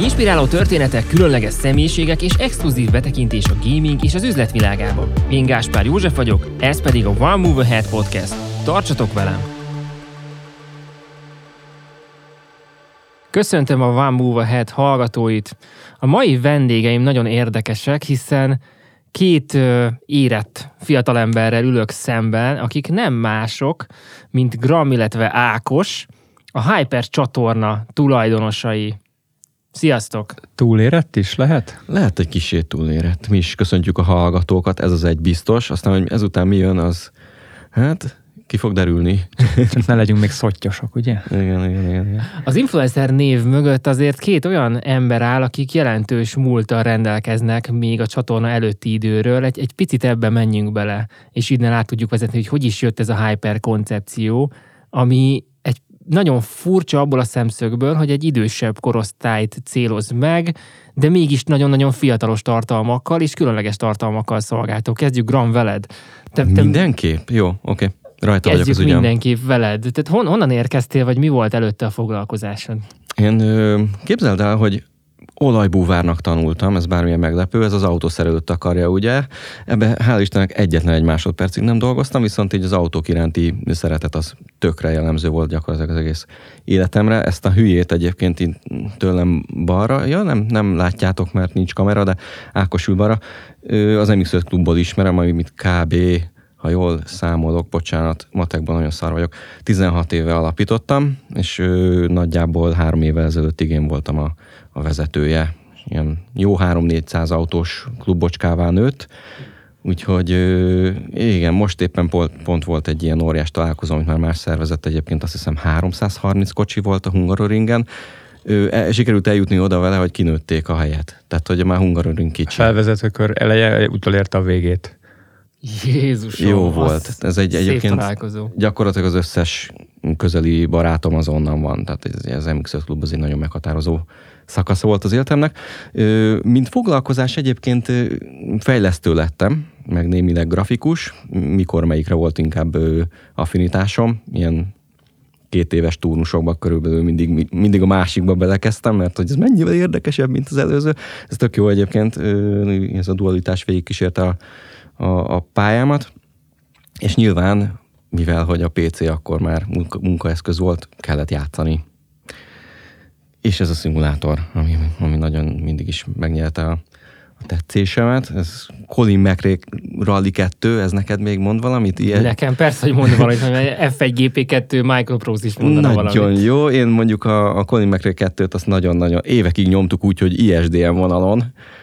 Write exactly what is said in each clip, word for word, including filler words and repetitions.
Inspiráló történetek, különleges személyiségek és exkluzív betekintés a gaming és az üzletvilágába. Én Gáspár József vagyok, ez pedig a One Move Ahead Podcast. Tartsatok velem! Köszöntöm a One Move Ahead hallgatóit. A mai vendégeim nagyon érdekesek, hiszen két ö, érett fiatalemberrel ülök szemben, akik nem mások, mint Gram, illetve Ákos, a Hyper csatorna tulajdonosai. Sziasztok! Túlérett is lehet? Lehet egy kissé túlérett. Mi is köszöntjük a hallgatókat, ez az egy biztos. Aztán, hogy ezután mi jön, az hát ki fog derülni. Csak ne legyünk még szottyosok, ugye? Igen, igen, igen, igen. Az influencer név mögött azért két olyan ember áll, akik jelentős múlttal rendelkeznek még a csatorna előtti időről. Egy, egy picit ebbe menjünk bele, és innen át tudjuk vezetni, hogy hogy is jött ez a Hyper koncepció, ami egy nagyon furcsa abból a szemszögből, hogy egy idősebb korosztályt céloz meg, de mégis nagyon-nagyon fiatalos tartalmakkal és különleges tartalmakkal szolgáltok. Kezdjük, Gram, veled. Te, te... Mindenképp? Jó, oké. Okay. Rajta Kezdjük vagyok az ügyem. Mindenképp veled. Tehát hon, honnan érkeztél, vagy mi volt előtte a foglalkozásod? Én ö, képzeld el, hogy olajbúvárnak tanultam, ez bármilyen meglepő, ez az autószerelőt akarja, ugye? Ebbe hál' Istennek egyetlen egy másodpercig nem dolgoztam, viszont így az autók iránti szeretet az tökre jellemző volt gyakorlatilag az egész életemre. Ezt a hülyét egyébként így tőlem balra, ja nem, nem látjátok, mert nincs kamera, de Ákos ül balra. Az em iksz öt klubból ismerem, amit kb. Ha jól számolok, bocsánat, matekban nagyon szar vagyok, tizenhat éve alapítottam, és ö, nagyjából három évvel ezelőttig én voltam a, a vezetője. Ilyen jó három-négyszáz autós klubbocskává nőtt, úgyhogy ö, igen, most éppen pont, pont volt egy ilyen óriás találkozó, amit már más szervezett, egyébként azt hiszem háromszázharminc kocsi volt a Hungaroringen. Ö, sikerült eljutni oda vele, hogy kinőtték a helyet. Tehát, hogy már Hungaroring kicsi. A felvezetőkör eleje utolérte a végét. Jézusom, jó volt. Ez egy egyébként találkozó. Gyakorlatilag az összes közeli barátom az onnan van. Tehát ez, az em iksz öt klub az egy nagyon meghatározó szakasz volt az életemnek. Mint foglalkozás egyébként fejlesztő lettem, meg némileg grafikus. Mikor melyikre volt inkább affinitásom. Ilyen két éves turnusokban körülbelül mindig, mindig a másikba belekezdtem, mert hogy ez mennyivel érdekesebb, mint az előző. Ez tök jó egyébként. Ez a dualitás végigkísérte a A, a pályámat, és nyilván, mivel hogy a pé cé akkor már munka, munkaeszköz volt, kellett játszani. És ez a szimulátor, ami, ami nagyon mindig is megnyelte a, a tetszésemet. Ez Colin McRae Rally kettő, ez neked még mond valamit? Ilyen? Nekem persze, hogy mond valamit, mert ef egy gé pé kettő Michael Prose is mondana nagyon valamit. Nagyon jó, én mondjuk a, a Colin McRae kettőt azt nagyon-nagyon évekig nyomtuk úgy, hogy i es dé en vonalon,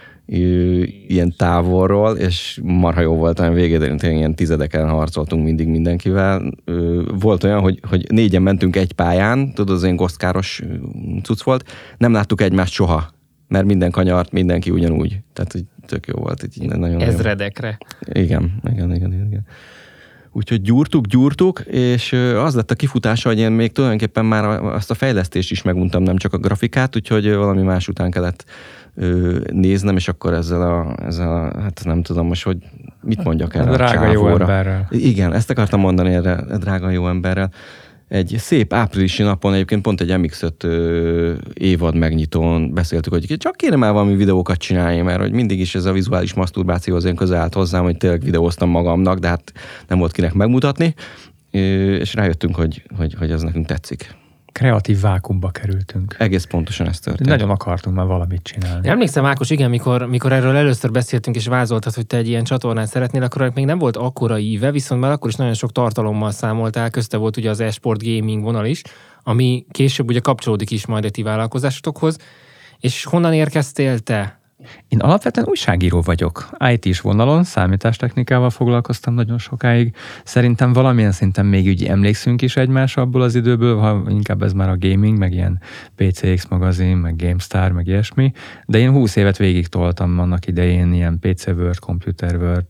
ilyen távolról, és marha jó volt, olyan végén ilyen tizedeken harcoltunk mindig mindenkivel. Volt olyan, hogy, hogy négyen mentünk egy pályán, tudod, az ilyen gosztkáros cucc volt, nem láttuk egymást soha, mert minden kanyart, mindenki ugyanúgy. Tehát, hogy tök jó volt. Így nagyon ezredekre. Igen, igen, igen, igen. Úgyhogy gyúrtuk, gyúrtuk, és az lett a kifutása, hogy én még tulajdonképpen már azt a fejlesztést is meguntam, nem csak a grafikát, úgyhogy valami más után kellett néznem, és akkor ezzel a, ezzel a, hát nem tudom most, hogy mit mondjak erre a drága jó emberrel. Igen, ezt akartam mondani erre a drága jó emberrel. Egy szép áprilisi napon egyébként pont egy em iksz öt évad megnyitón beszéltük, hogy csak kéne már valami videókat csinálni, mert hogy mindig is ez a vizuális maszturbáció az én közel állt hozzám, hogy tényleg videóztam magamnak, de hát nem volt kinek megmutatni, és rájöttünk, hogy, hogy, hogy ez nekünk tetszik. Kreatív vákumba kerültünk. Egész pontosan ez történt. Nagyon akartunk már valamit csinálni. Emlékszem, Ákos, igen, mikor, mikor erről először beszéltünk és vázoltad, hogy te egy ilyen csatornát szeretnél, akkor még nem volt akkora íve, viszont már akkor is nagyon sok tartalommal számoltál, közte volt ugye az e-sport gaming vonal is, ami később ugye kapcsolódik is majd a ti vállalkozásotokhoz. És honnan érkeztél te? Én alapvetően újságíró vagyok. i té-s vonalon, számítástechnikával foglalkoztam nagyon sokáig. Szerintem valamilyen szinten még úgy emlékszünk is egymás abból az időből, ha inkább ez már a gaming, meg ilyen pé cé iksz magazin, meg GameStar, meg ilyesmi. De én húsz évet végig toltam annak idején ilyen pé cé World, Computer World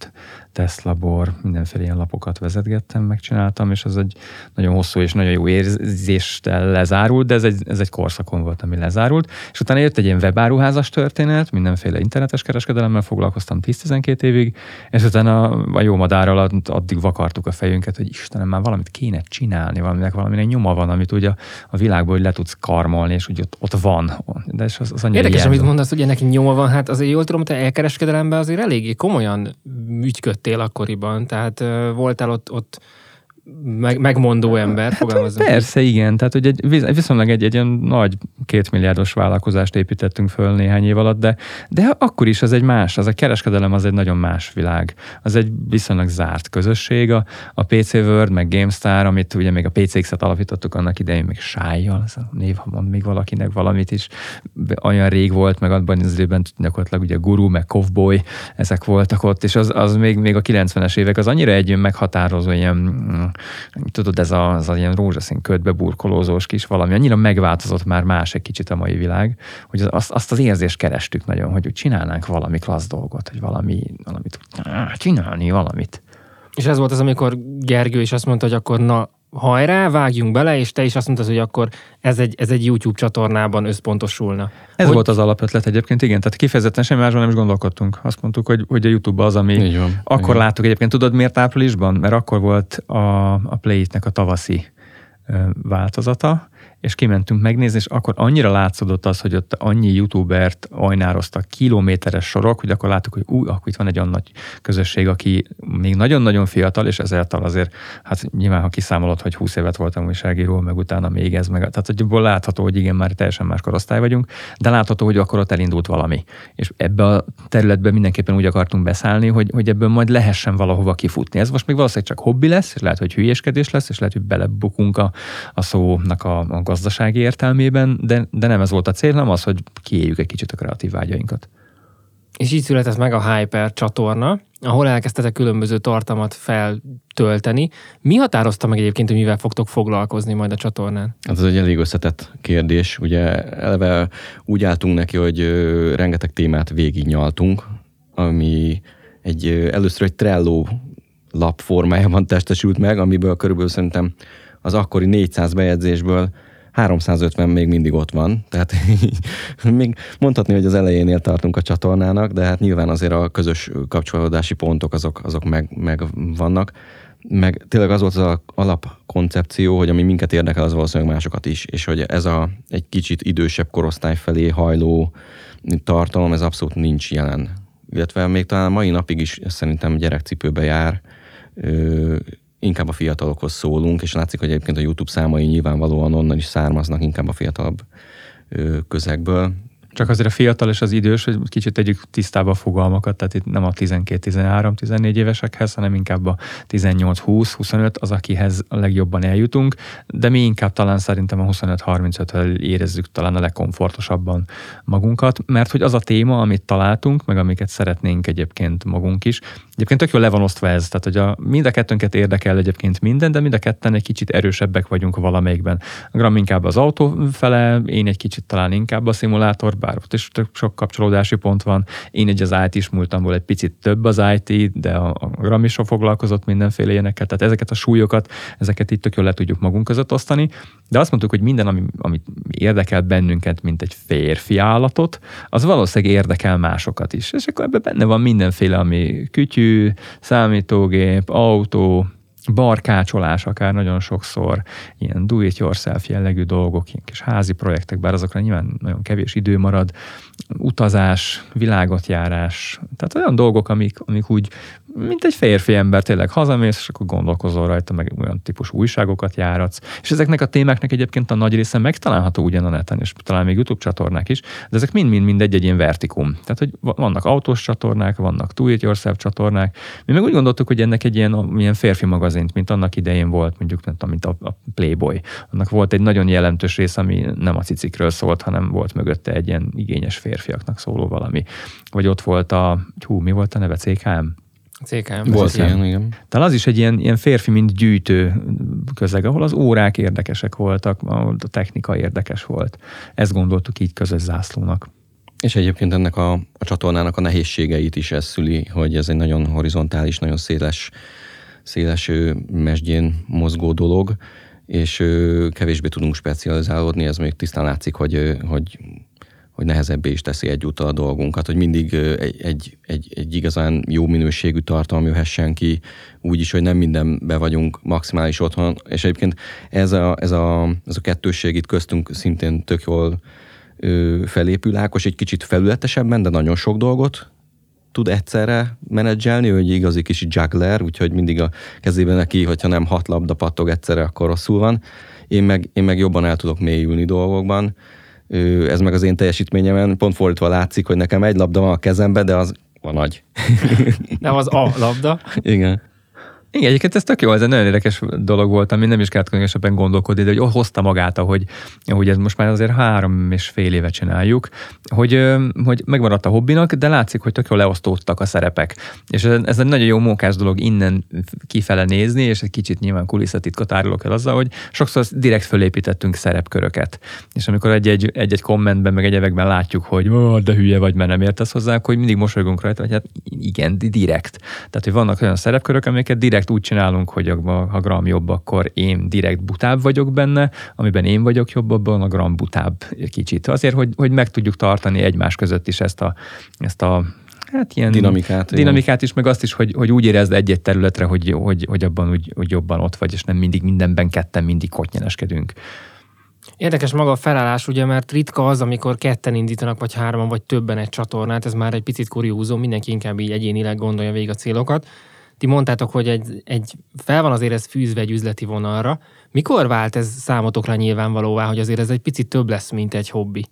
Tesla-bor, mindenféle ilyen lapokat vezetgettem, megcsináltam, és az egy nagyon hosszú és nagyon jó érzéssel lezárult, de ez egy, ez egy korszakon volt, ami lezárult. És utána jött egy ilyen webáruházas történet, mindenféle internetes kereskedelemmel foglalkoztam tíz-tizenkét évig, és utána a jó madárral addig vakartuk a fejünket, hogy Istenem, már valamit kéne csinálni, valaminek valaminek nyoma van, amit ugye a világból hogy le tudsz karmolni, és úgy ott, ott van. De és az, az Érdekes, jelző. Amit mondasz, hogy ennek nyoma van, hát azért jól tudom, te elkereskedelemben azért eléggé komolyan ügyködtél akkoriban, tehát uh, voltál ott, ott meg, megmondó ember, fogalmazom. Hát, persze, igen. Tehát, hogy egy, viszonylag egy, egy ilyen nagy kétmilliárdos vállalkozást építettünk föl néhány év alatt, de, de akkor is az egy más, az a kereskedelem az egy nagyon más világ. Az egy viszonylag zárt közösség. A, a pé cé World, meg GameStar, amit ugye még a pé cé iksz-et alapítottuk annak idején, még Sájjal, ez a név, ha mond még valakinek valamit is, olyan rég volt, meg abban az időben gyakorlatilag ugye Guru, meg Cowboy, ezek voltak ott, és az, az még, még a kilencvenes évek, az annyira egy meghatározó ilyen tudod, ez a, az a ilyen rózsaszín ködbe burkolózós kis valami, annyira megváltozott már más egy kicsit a mai világ, hogy azt, azt az érzést kerestük nagyon, hogy úgy csinálnánk valami klassz dolgot, hogy valami, valamit csinálni, valamit. És ez volt az, amikor Gergő is azt mondta, hogy akkor na, hajrá, vágjunk bele, és te is azt mondtad, hogy akkor ez egy, ez egy YouTube csatornában összpontosulna. Ez hogy... volt az alapötlet egyébként, igen. Tehát kifejezetten semmi másban nem is gondolkodtunk. Azt mondtuk, hogy, hogy a YouTube az, ami... van, akkor igen. láttuk egyébként, tudod miért áprilisban? Mert akkor volt a, a Play-It-nek a tavaszi ö, változata, és kimentünk megnézni, és akkor annyira látszódott az, hogy ott annyi youtubert ajnároztak, kilométeres sorok, hogy akkor láttuk, hogy új, akkor itt van egy olyan nagy közösség, aki még nagyon-nagyon fiatal, és ezáltal azért, hát nyilván, ha kiszámolod, hogy húsz évet voltam újságíró, meg utána még ez, meg, tehát hogy abból látható, hogy igen, már teljesen más korosztály vagyunk, de látható, hogy akkor ott elindult valami. És ebbe a területben mindenképpen úgy akartunk beszállni, hogy, hogy ebből majd lehessen valahova kifutni. Ez most még valószínűleg csak hobbi lesz, és lehet, hogy hülyéskedés lesz, és lehet, hogy belebukunk a, a szónak a, a gazdasági értelmében, de, de nem ez volt a cél, nem az, hogy kiéljük egy kicsit a kreatív vágyainkat. És így született meg a Hyper csatorna, ahol elkezdtetek különböző tartalmat feltölteni. Mi határozta meg egyébként, hogy mivel fogtok foglalkozni majd a csatornán? Hát ez egy elég összetett kérdés. Ugye eleve úgy álltunk neki, hogy rengeteg témát végignyaltunk, ami egy, először egy Trello lap formájában testesült meg, amiből körülbelül szerintem az akkori négyszáz bejegyzésből háromszázötven még mindig ott van, tehát még mondhatni, hogy az elejénél tartunk a csatornának, de hát nyilván azért a közös kapcsolódási pontok azok, azok meg, meg vannak. Meg tényleg az volt az alapkoncepció, hogy ami minket érdekel, az valószínűleg másokat is, és hogy ez a egy kicsit idősebb korosztály felé hajló tartalom, ez abszolút nincs jelen. Illetve még talán mai napig is szerintem gyerekcipőbe jár, inkább a fiatalokhoz szólunk, és látszik, hogy egyébként a YouTube számai nyilvánvalóan onnan is származnak, inkább a fiatalabb közegből. Csak azért a fiatal és az idős, hogy kicsit tegyük tisztába a fogalmakat, tehát itt nem a tizenkét tizenhárom tizennégy évesekhez, hanem inkább a tizennyolc húsz huszonöt az, akihez a legjobban eljutunk, de mi inkább talán szerintem a huszonöt harmincöt-höz érezzük talán a legkomfortosabban magunkat, mert hogy az a téma, amit találtunk, meg amiket szeretnénk egyébként magunk is, egyébként tök jól le van osztva ez, tehát hogy a, mind a kettőnket érdekel egyébként minden, de mind a ketten egy kicsit erősebbek vagyunk valamelyikben. A Gram inkább az autó fele, én egy kicsit talán inkább a szimulátor, bár ott is sok kapcsolódási pont van. Én egy az í té-s múltamból egy picit több az í té, de a, a Gram is foglalkozott mindenféle ilyenekkel, tehát ezeket a súlyokat, ezeket itt tök jól le tudjuk magunk között osztani, de azt mondtuk, hogy minden, ami, ami érdekel bennünket, mint egy férfi állatot, az valószínűleg érdekel másokat is. És akkor ebben benne van mindenféle, ami kütyű, számítógép, autó, barkácsolás akár nagyon sokszor, ilyen do-it-yourself jellegű dolgok, ilyen kis házi projektek, bár azokra nyilván nagyon kevés idő marad, utazás, világot járás, tehát olyan dolgok, amik, amik úgy, mint egy férfi ember, tényleg hazamész, és akkor gondolkozol rajta, meg olyan típusú újságokat járatsz. És ezeknek a témáknak egyébként a nagy része megtalálható ugyan a neten, és talán még YouTube csatornák is, de ezek mind-mind egy, egy ilyen vertikum. Tehát, hogy vannak autós csatornák, vannak do-it-yourself csatornák. Mi meg úgy gondoltuk, hogy ennek egy ilyen, ilyen férfi magazint, mint annak idején volt, mondjuk, mint a, a Playboy. Annak volt egy nagyon jelentős rész, ami nem a cicikről szólt, hanem volt mögötte egy ilyen igényes férfiaknak szóló valami. Vagy ott volt a, hú, mi volt a neve, cé ká em? cé ká em. Volt ilyen, igen. Tehát az is egy ilyen, ilyen férfi, mint gyűjtő közeg, ahol az órák érdekesek voltak, ahol a technika érdekes volt. Ezt gondoltuk így közös zászlónak. És egyébként ennek a, a csatornának a nehézségeit is ez szüli, hogy ez egy nagyon horizontális, nagyon széles, széles mesdjén mozgó dolog, és kevésbé tudunk specializálódni, ez még tisztán látszik, hogy, hogy, hogy nehezebbé is teszi egyúttal a dolgunkat, hogy mindig egy, egy, egy, egy igazán jó minőségű tartalom jöhessen ki, úgyis, hogy nem mindenbe vagyunk maximális otthon, és egyébként ez a, ez a, ez a kettősség itt köztünk szintén tök jól felépül. Ákos egy kicsit felületesebben, de nagyon sok dolgot tud egyszerre menedzselni, ő egy igazi kis juggler, úgyhogy mindig a kezében neki, hogyha nem hat labda pattog egyszerre, akkor rosszul van. Én meg, én meg jobban el tudok mélyülni dolgokban. Ez meg az én teljesítményemen pont fordítva látszik, hogy nekem egy labda van a kezemben, de az a nagy. Nem az a labda. Igen. Igen, egyébként ez tök jó, ez egy nagyon érdekes dolog volt, ami nem is kellett különösebben gondolkodni, de hogy hozta magát, ahogy, ahogy ez most már azért három és fél éve csináljuk, hogy, hogy megmaradt a hobbinak, de látszik, hogy tök jól leosztódtak a szerepek. És ez, ez egy nagyon jó mókás dolog innen kifele nézni, és egy kicsit nyilván kulisszatitkot árulok el azzal, hogy sokszor direkt fölépítettünk szerepköröket. És amikor egy-egy, egy-egy kommentben, meg egyebekben látjuk, hogy de hülye vagy, mert nem értesz hozzá, hogy mindig mosolygunk rajta, hogy hát igen, direkt. Tehát, hogy vannak olyan szerepkörök, amiket direkt úgy csinálunk, hogy ha gram jobb, akkor én direkt butább vagyok benne, amiben én vagyok jobb, abban a gram butább kicsit. Azért, hogy, hogy meg tudjuk tartani egymás között is ezt a, ezt a hát ilyen dinamikát, dinamikát is, meg azt is, hogy, hogy úgy érezd egy-egy területre, hogy, hogy, hogy abban úgy, úgy jobban ott vagy, és nem mindig mindenben ketten mindig kotnyeneskedünk. Érdekes maga a felállás, ugye, mert ritka az, amikor ketten indítanak, vagy hárman, vagy többen egy csatornát, ez már egy picit kuriózum, mindenki inkább így egyénileg gondolja végig a célokat. Ti mondtátok, hogy egy, egy fel van azért ez fűzve egy üzleti vonalra. Mikor vált ez számotokra nyilvánvalóvá, hogy azért ez egy picit több lesz, mint egy hobbi?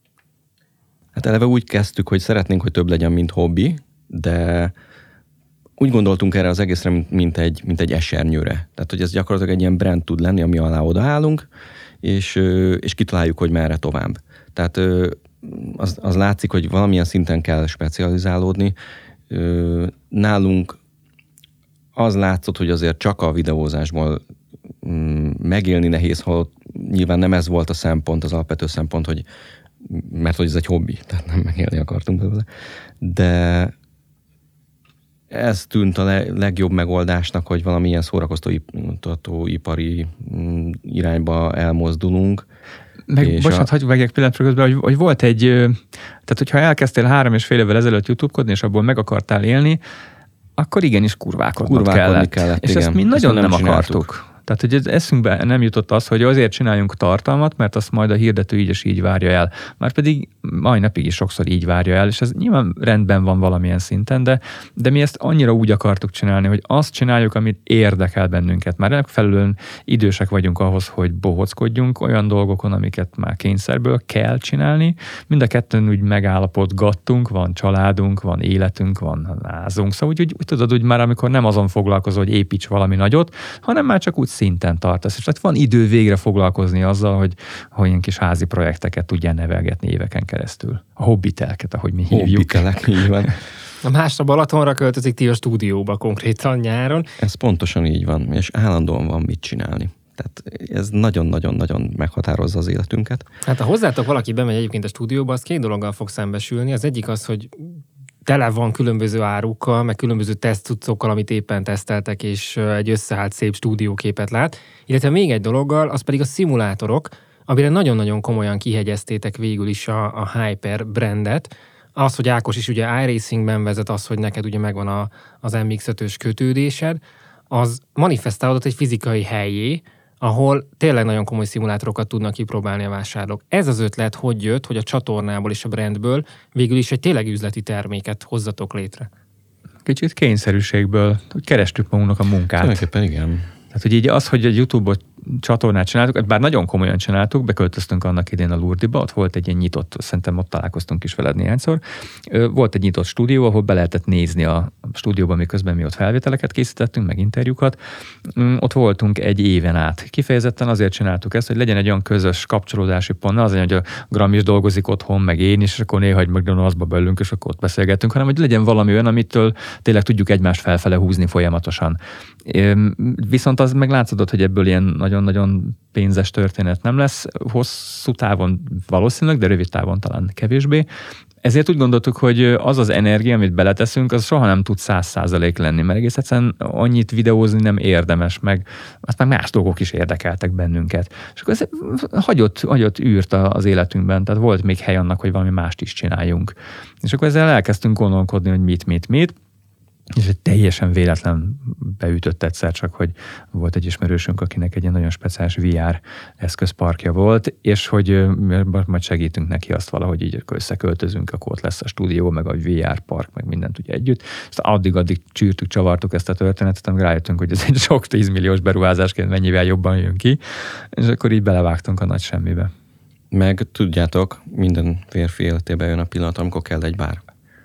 Hát eleve úgy kezdtük, hogy szeretnénk, hogy több legyen, mint hobbi, de úgy gondoltunk erre az egészre, mint, mint, egy, mint egy esernyőre. Tehát, hogy ez gyakorlatilag egy ilyen brand tud lenni, ami alá odaállunk, és, és kitaláljuk, hogy merre tovább. Tehát az, az látszik, hogy valamilyen szinten kell specializálódni. Nálunk az látszott, hogy azért csak a videózásból mm, megélni nehéz, hol nyilván nem ez volt a szempont, az alapvető szempont, hogy mert hogy ez egy hobbi, tehát nem megélni akartunk belőle. De ez tűnt a legjobb megoldásnak, hogy valamilyen szórakoztatóipari irányba elmozdulunk. Meg, bocsánat, a... hagyjuk meg egy pillanatra közben, hogy, hogy volt egy, tehát hogyha elkezdtél három és fél évvel ezelőtt YouTube-kodni, és abból meg akartál élni, akkor igenis kurvákodnod Kurvákodni kellett. kellett. És igen. ezt mi nagyon ezt nem, nem csináltuk. akartuk. Tehát, hogy ez eszünkbe nem jutott az, hogy azért csináljunk tartalmat, mert azt majd a hirdető így és így várja el. Már pedig mai napig is sokszor így várja el, és ez nyilván rendben van valamilyen szinten, de, de mi ezt annyira úgy akartuk csinálni, hogy azt csináljuk, amit érdekel bennünket. Már megfelelően idősek vagyunk ahhoz, hogy bohockodjunk olyan dolgokon, amiket már kényszerből kell csinálni. Mind a ketten úgy megállapodgattunk, van családunk, van életünk, van házunk. Szóval úgy, úgy, úgy tudod, hogy már amikor nem azon foglalkozol, hogy építs valami nagyot, hanem már csak úgy szinten tartasz. És tehát van idő végre foglalkozni azzal, hogy, hogy ilyen kis házi projekteket tudjál nevelgetni éveken keresztül. A hobbitelket, ahogy mi hívjuk. Hobbitelek, így van. A másra Balatonra költözik, ti a stúdióba konkrétan nyáron. Ez pontosan így van, és állandóan van mit csinálni. Tehát ez nagyon-nagyon-nagyon meghatározza az életünket. Hát ha hozzátok valaki bemegy egyébként a stúdióba, az két dologgal fog szembesülni. Az egyik az, hogy tele van különböző árukkal, meg különböző tesztcuccokkal, amit éppen teszteltek, és egy összeállt szép stúdióképet lát. Illetve még egy dologgal, az pedig a szimulátorok, amire nagyon-nagyon komolyan kihegyeztétek végül is a, a Hyper brandet. Az, hogy Ákos is ugye iRacingben vezet, az, hogy neked ugye megvan a, az em iksz ötös kötődésed, az manifestálódott egy fizikai helyé, ahol tényleg nagyon komoly szimulátorokat tudnak kipróbálni a vásárlók. Ez az ötlet hogy jött, hogy a csatornából és a brandből végül is egy tényleg üzleti terméket hozzatok létre? Kicsit kényszerűségből, hogy kerestük magunknak a munkát. Tulajdonképpen igen. Tehát, hogy így az, hogy a YouTube-ot csatornát csináltuk, bár nagyon komolyan csináltuk, beköltöztünk annak idén a Lourdiba, ott volt egy ilyen nyitott, szerintem ott találkoztunk is veled néhányszor, volt egy nyitott stúdió, ahol be lehetett nézni a stúdióban, miközben mi ott felvételeket készítettünk, meg interjúkat. Ott voltunk egy éven át. Kifejezetten azért csináltuk ezt, hogy legyen egy olyan közös kapcsolódási pont, ne az, hogy a Gram is dolgozik otthon, meg én is, és akkor néha egy McDonald'sba belülünk, és akkor ott beszélgetünk, hanem hogy legyen valami olyan, amitől tényleg tudjuk egymást felfele húzni folyamatosan. Viszont az meg látszódott, hogy ebből ilyen nagyon-nagyon pénzes történet nem lesz. Hosszú távon valószínűleg, de rövid távon talán kevésbé. Ezért úgy gondoltuk, hogy az az energia, amit beleteszünk, az soha nem tud száz százalék lenni, mert egész egyszerűen annyit videózni nem érdemes, meg aztán más dolgok is érdekeltek bennünket. És akkor ez hagyott, hagyott űrt az életünkben, tehát volt még hely annak, hogy valami mást is csináljunk. És akkor ezzel elkezdtünk gondolkodni, hogy mit, mit, mit, és egy teljesen véletlen beütött egyszer csak, hogy volt egy ismerősünk, akinek egy ilyen nagyon speciális vé er eszközparkja volt, és hogy majd segítünk neki azt valahogy így összeköltözünk, akkor ott lesz a stúdió, meg a vé er park, meg mindent ugye együtt. Aztán addig-addig csűrtük, csavartuk ezt a történetet, amikor rájöttünk, hogy ez egy sok tízmilliós beruházásként mennyivel jobban jön ki, és akkor így belevágtunk a nagy semmibe. Meg tudjátok, minden férfi életében jön a pillanat, amikor kell egy bár.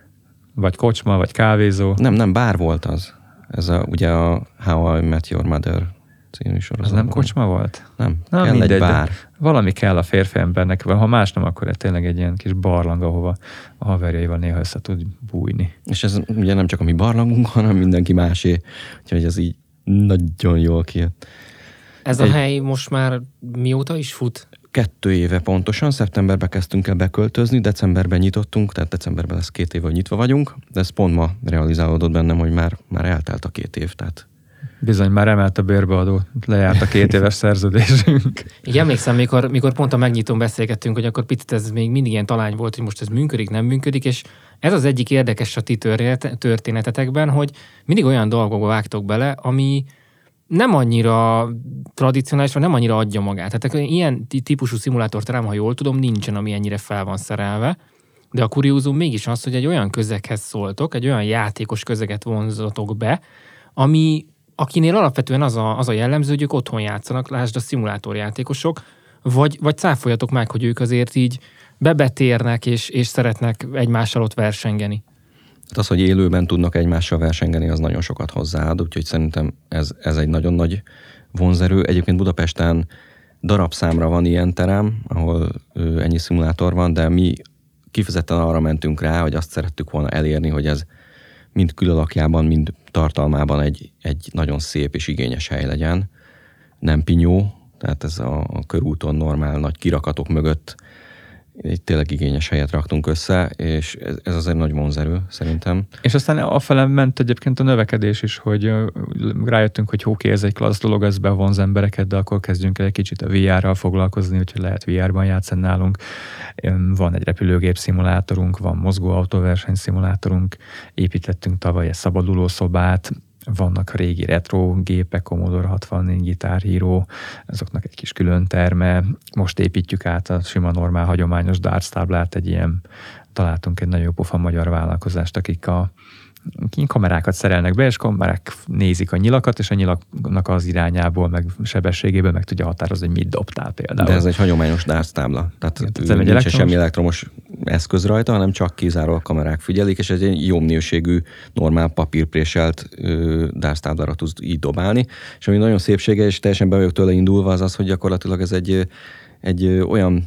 Vagy kocsma, vagy kávézó. Nem, nem, bár volt az. Ez a, ugye a How I Met Your Mother című sorozat. Az nem kocsma volt? Nem, Na, kell mindegy, egy bár. Valami kell a férfi embernek, ha más nem, akkor tényleg egy ilyen kis barlang, ahova a haverjaival néha össze tud bújni. És ez ugye nem csak a mi barlangunk, hanem mindenki másé. Úgyhogy ez így nagyon jól kijött. Ez egy... a hely most már mióta is fut? Kettő éve pontosan, szeptemberben kezdtünk el beköltözni, decemberben nyitottunk, tehát decemberben lesz két év, hogy nyitva vagyunk, de ez pont ma realizálódott bennem, hogy már, már eltelt a két év, tehát... Bizony, már emelt a bérbeadó, lejárt a két éves szerződésünk. Így emlékszem, mikor, mikor pont a megnyitón beszélgettünk, hogy akkor picit ez még mindig ilyen talány volt, hogy most ez működik, nem működik, és ez az egyik érdekes a ti történetetekben, hogy mindig olyan dolgokba vágtok bele, ami nem annyira tradicionális, vagy nem annyira adja magát. Tehát ilyen típusú szimulátor terem, ha jól tudom, nincsen, ami ennyire fel van szerelve, de a kuriózum mégis az, hogy egy olyan közeghez szóltok, egy olyan játékos közeget vonzatok be, ami, akinél alapvetően az a, az a jellemző, hogy ők otthon játszanak, lásd a szimulátorjátékosok, vagy, vagy cáfoljatok meg, hogy ők azért így bebetérnek, és, és szeretnek egymással ott versengeni. Az, hogy élőben tudnak egymással versengeni, az nagyon sokat hozzáad, úgyhogy szerintem ez, ez egy nagyon nagy vonzerő. Egyébként Budapesten darabszámra van ilyen terem, ahol ö, ennyi szimulátor van, de mi kifejezetten arra mentünk rá, hogy azt szerettük volna elérni, hogy ez mind külalakjában, mind tartalmában egy, egy nagyon szép és igényes hely legyen. Nem pinyó, tehát ez a, a körúton normál nagy kirakatok mögött egy tényleg igényes helyet raktunk össze, és ez, ez azért nagy vonzerő, szerintem. És aztán afele ment egyébként a növekedés is, hogy rájöttünk, hogy oké, ez egy klassz dolog, ez bevonz embereket, de akkor kezdjünk el egy kicsit a vé er-rel foglalkozni, úgyhogy lehet vé er-ban játszani nálunk. Van egy repülőgép szimulátorunk, van mozgó autóverseny szimulátorunk, építettünk tavaly egy szabaduló szobát, vannak a régi retro gépek, Commodore hatvannégy, Guitar Hero, azoknak egy kis külön terme. Most építjük át a sima normál hagyományos darts táblát, egy ilyen, találtunk egy nagyon pofa magyar vállalkozást, akik a kamerákat szerelnek be, és kamerák nézik a nyilakat, és a nyilaknak az irányából, meg sebességéből meg tudja határozni, hogy mit dobtál például. De ez egy hagyományos darts tábla. Tehát igen, nincs elektromos? semmi elektromos eszköz rajta, hanem csak kizárólag kamerák figyelik, és ez egy jó minőségű, normál papírpréselt darts táblára tudsz így dobálni. És ami nagyon szépsége, és teljesen be vagyok tőle indulva, az az, hogy gyakorlatilag ez egy, egy olyan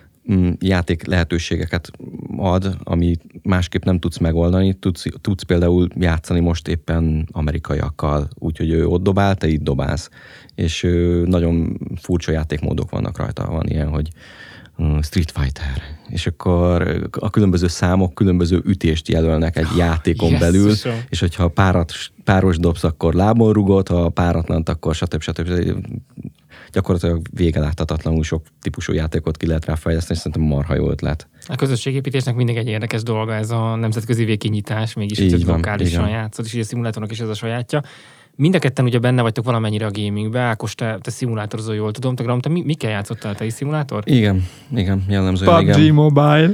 játék lehetőségeket ad, ami másképp nem tudsz megoldani. Tudsz, tudsz például játszani most éppen amerikaiakkal, úgyhogy ő ott dobál, te itt dobálsz. És nagyon furcsa játékmódok vannak rajta. Van ilyen, hogy Street Fighter. És akkor a különböző számok különböző ütést jelölnek egy játékon yes, belül, so. És hogyha párat, páros dobsz, akkor lábon rugod, ha páratlant, akkor stb. stb. Gyakorlatilag vége láthatatlanul sok típusú játékot ki lehet ráfejleszteni, és szerintem marha jó ötlet. A közösségépítésnek mindig egy érdekes dolga ez a nemzetközi végkinyitás, mégis így lokálisan játszod, és így a szimulátornak is ez a sajátja. Mind a ketten ugye benne vagytok valamennyire a gamingbe. Ákos, te, te szimulátorozol, jól tudom. Te, te mi, mikkel játszottál, te is szimulátor? Igen, igen, jellemzően pé u bé gé igen. Mobile.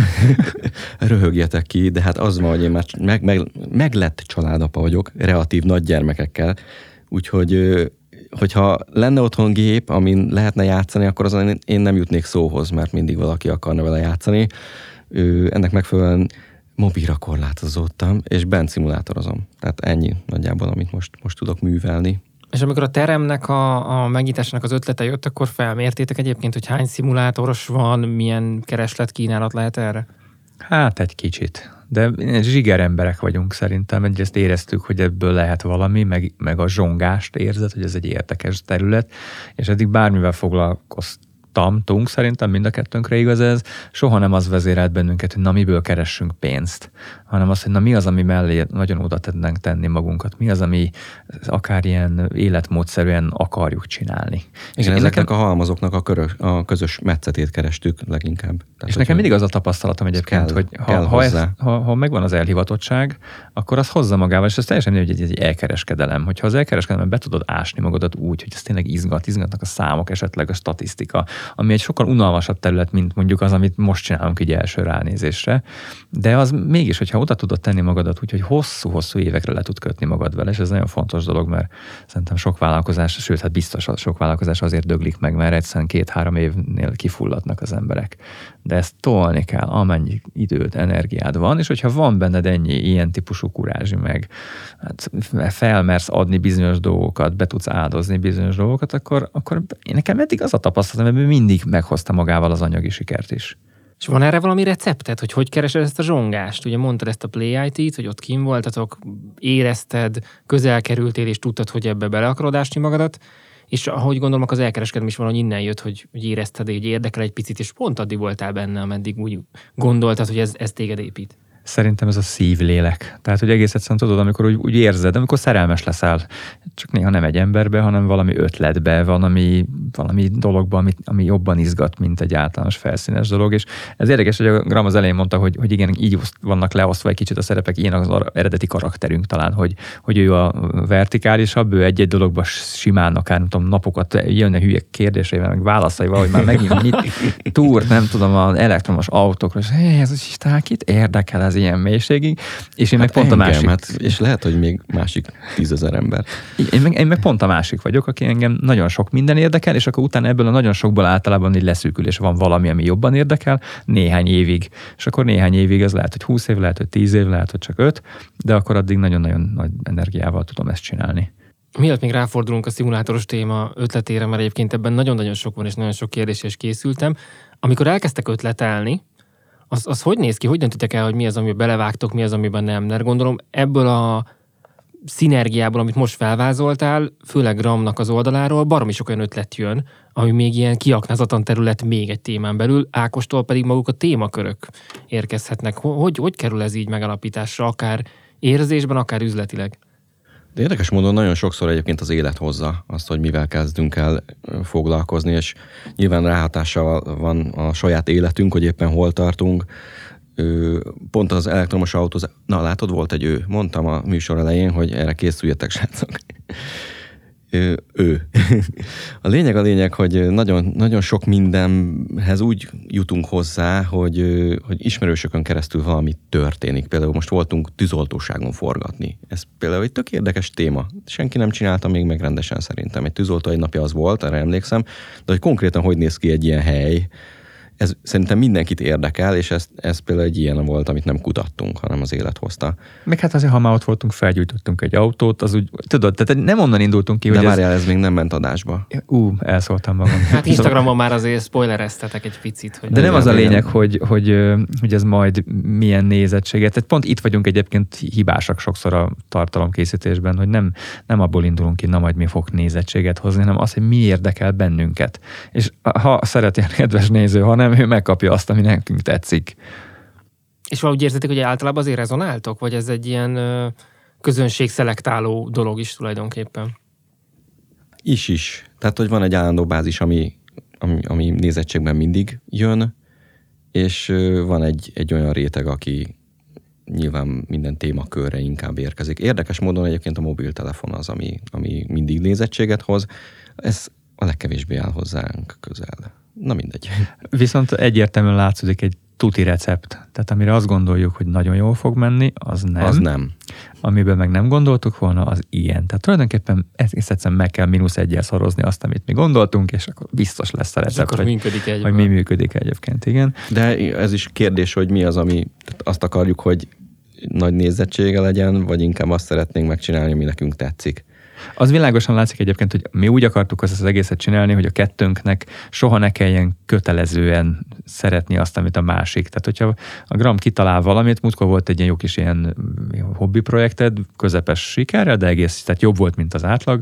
Röhögjetek ki, de hát az van, hogy én már meg, meg, meglett családapa vagyok, relatív nagy gyermekekkel, úgyhogy hogyha lenne otthon gép, amin lehetne játszani, akkor azon én nem jutnék szóhoz, mert mindig valaki akarna vele játszani. Ennek megfelelően mobilra korlátozottam, és bent szimulátorozom. Tehát ennyi nagyjából, amit most, most tudok művelni. És amikor a teremnek a, a megnyitásának az ötlete jött, akkor felmértétek egyébként, hogy hány szimulátoros van, milyen keresletkínálat lehet erre? Hát egy kicsit. De zsiger emberek vagyunk szerintem. Egyrészt éreztük, hogy ebből lehet valami, meg, meg a zsongást érzed, hogy ez egy érdekes terület, és eddig bármivel foglalkoztunk gondoltam, szerintem mind a kettőnkre igaz ez, soha nem az vezérelt bennünket, hogy na miből keressünk pénzt, hanem az, hogy na mi az, ami mellé nagyon oda tudnánk tenni magunkat, mi az, ami akár ilyen életmódszerűen akarjuk csinálni. Igen, ezeknek nekem, a halmazoknak a, körös, a közös metszetét kerestük leginkább. Tehát, és nekem mindig az a tapasztalatom egyébként, kell, hogy ha, ha, ez, ha, ha megvan az elhivatottság, akkor az hozza magával, és ez teljesen mindegy, hogy egy elkereskedelem. Hogyha az elkereskedelem be tudod ásni magadat úgy, hogy ez tényleg izgat, izgatnak a számok, esetleg a statisztika, ami egy sokkal unalmasabb terület, mint mondjuk az, amit most csinálunk így első ránézésre. De az mégis, hogyha oda tudod tenni magadat úgy, hogy hosszú-hosszú évekre le tud kötni magad vele, és ez nagyon fontos dolog, mert szerintem sok vállalkozás, sőt, hát biztos sok vállalkozás azért döglik meg, mert egyszerűen két-három évnél kifulladnak az emberek. De ezt tolni kell, amennyi időt, energiád van, és hogyha van benned ennyi ilyen típusú kurázsi meg, hát felmersz adni bizonyos dolgokat, be tudsz áldozni bizonyos dolgokat, akkor, akkor én nekem eddig az a tapasztalatom, hogy mindig meghozta magával az anyagi sikert is. És van erre valami receptet, hogy hogy keresed ezt a zsongást? Ugye mondtad ezt a Play i té-t, hogy ott kim voltatok, érezted, közel kerültél, és tudtad, hogy ebbe bele akarod ásni magadat, és ahogy gondolom, az elkereskedem is valahogy innen jött, hogy, hogy érezted, hogy érdekel egy picit, és pont addig voltál benne, ameddig úgy gondoltad, hogy ez, ez téged épít. Szerintem ez a szívlélek. Tehát, hogy egész egyszerűen tudod, amikor úgy, úgy érzed, amikor szerelmes leszel, csak néha nem egy emberbe, hanem valami ötletbe, valami, valami dologba, ami, ami jobban izgat, mint egy általános felszínes dolog. És ez érdekes, hogy a Graham az elején mondta, hogy, hogy igen, így vannak leosztva egy kicsit a szerepek, ilyen az eredeti karakterünk talán, hogy, hogy ő a vertikálisabb, ő egy-egy dologba simán akár, nem tudom, napokat jön a hülye kérdéseivel, meg válaszaival, hogy már megint nyit túrt, nem tudom, az elektromos autókra, és hé, ez is, tehát kit érdekel ez ilyen mélységig, és én hát meg pont engem, a másik. Hát, és lehet, hogy még másik tízezer ember. Én meg, én meg pont a másik vagyok, aki engem nagyon sok minden érdekel, és akkor utána ebből a nagyon sokból általában így leszűkül, és van valami, ami jobban érdekel, néhány évig. És akkor néhány évig ez lehet, hogy húsz év, lehet, hogy tíz év, lehet, hogy csak öt, de akkor addig nagyon-nagyon nagy energiával tudom ezt csinálni. Mielőtt még ráfordulunk a szimulátoros téma ötletére, mert egyébként ebben nagyon-nagyon sok van, és nagyon sok kérdésre is készültem. Amikor elkezdtek ötletelni, Az, az hogy néz ki? Hogy döntitek el, hogy mi az, amiben belevágtok, mi az, amiben nem? Mert gondolom ebből a szinergiából, amit most felvázoltál, főleg Grahamnak az oldaláról baromi sok olyan ötlet jön, ami még ilyen kiaknázatlan terület még egy témán belül, Ákostól pedig maguk a témakörök érkezhetnek. Hogy, hogy kerül ez így megalapításra, akár érzésben, akár üzletileg? De érdekes módon nagyon sokszor egyébként az élet hozza azt, hogy mivel kezdünk el foglalkozni, és nyilván ráhatással van a saját életünk, hogy éppen hol tartunk. Pont az elektromos autózás, na látod, volt egy ő, mondtam a műsor elején, hogy erre készüljetek, srácok. Ő. ő. A lényeg a lényeg, hogy nagyon, nagyon sok mindenhez úgy jutunk hozzá, hogy, hogy ismerősökön keresztül valami történik. Például most voltunk tűzoltóságon forgatni. Ez például egy tök érdekes téma. Senki nem csinálta még meg rendesen szerintem. Egy tűzoltó egy napja az volt, erre emlékszem, de hogy konkrétan hogy néz ki egy ilyen hely, ez szerintem mindenkit érdekel, és ez, ez például egy ilyen volt, amit nem kutattunk, hanem az élet hozta. Meg hát azért, ha már ott voltunk, felgyújtottunk egy autót, az úgy, tudod, tehát nem onnan indultunk ki, de hogy várjál, ez... ez még nem ment adásba. Ú, elszóltam magam. Hát Instagramon már azért spoilereztetek egy picit. Hogy de nem az a lényeg, hogy, hogy, hogy ez majd milyen nézettséget. Tehát pont itt vagyunk egyébként hibásak sokszor a tartalomkészítésben, hogy nem, nem abból indulunk ki, na majd mi fog nézettséget hozni, hanem az, hogy mi érdekel bennünket. És ha szereti a kedves néző, ha nem, ő megkapja azt, ami nekünk tetszik. És valahogy érzitek, hogy általában azért rezonáltok? Vagy ez egy ilyen ö, közönség-szelektáló dolog is tulajdonképpen? Is is. Tehát, hogy van egy állandó bázis, ami, ami, ami nézettségben mindig jön, és ö, van egy, egy olyan réteg, aki nyilván minden témakörre inkább érkezik. Érdekes módon egyébként a mobiltelefon az, ami, ami mindig nézettséget hoz. Ez a legkevésbé áll hozzánk közel. Na mindegy. Viszont egyértelműen látszódik egy tuti recept. Tehát amire azt gondoljuk, hogy nagyon jól fog menni, az nem. Az nem. Amiben meg nem gondoltuk volna, az ilyen. Tehát tulajdonképpen egyszerűen meg kell mínusz egyel szorozni azt, amit mi gondoltunk, és akkor biztos lesz a recept. És akkor hogy, működik egyébként. Vagy mi működik egyébként, igen. De ez is kérdés, hogy mi az, ami azt akarjuk, hogy nagy nézettsége legyen, vagy inkább azt szeretnénk megcsinálni, ami nekünk tetszik. Az világosan látszik egyébként, hogy mi úgy akartuk azt az egészet csinálni, hogy a kettőnknek soha ne kelljen kötelezően szeretni azt, amit a másik. Tehát, hogyha a Graham kitalál valamit, múltkor volt egy ilyen jó kis ilyen hobbi projekted, közepes sikerrel, de egész, tehát jobb volt, mint az átlag,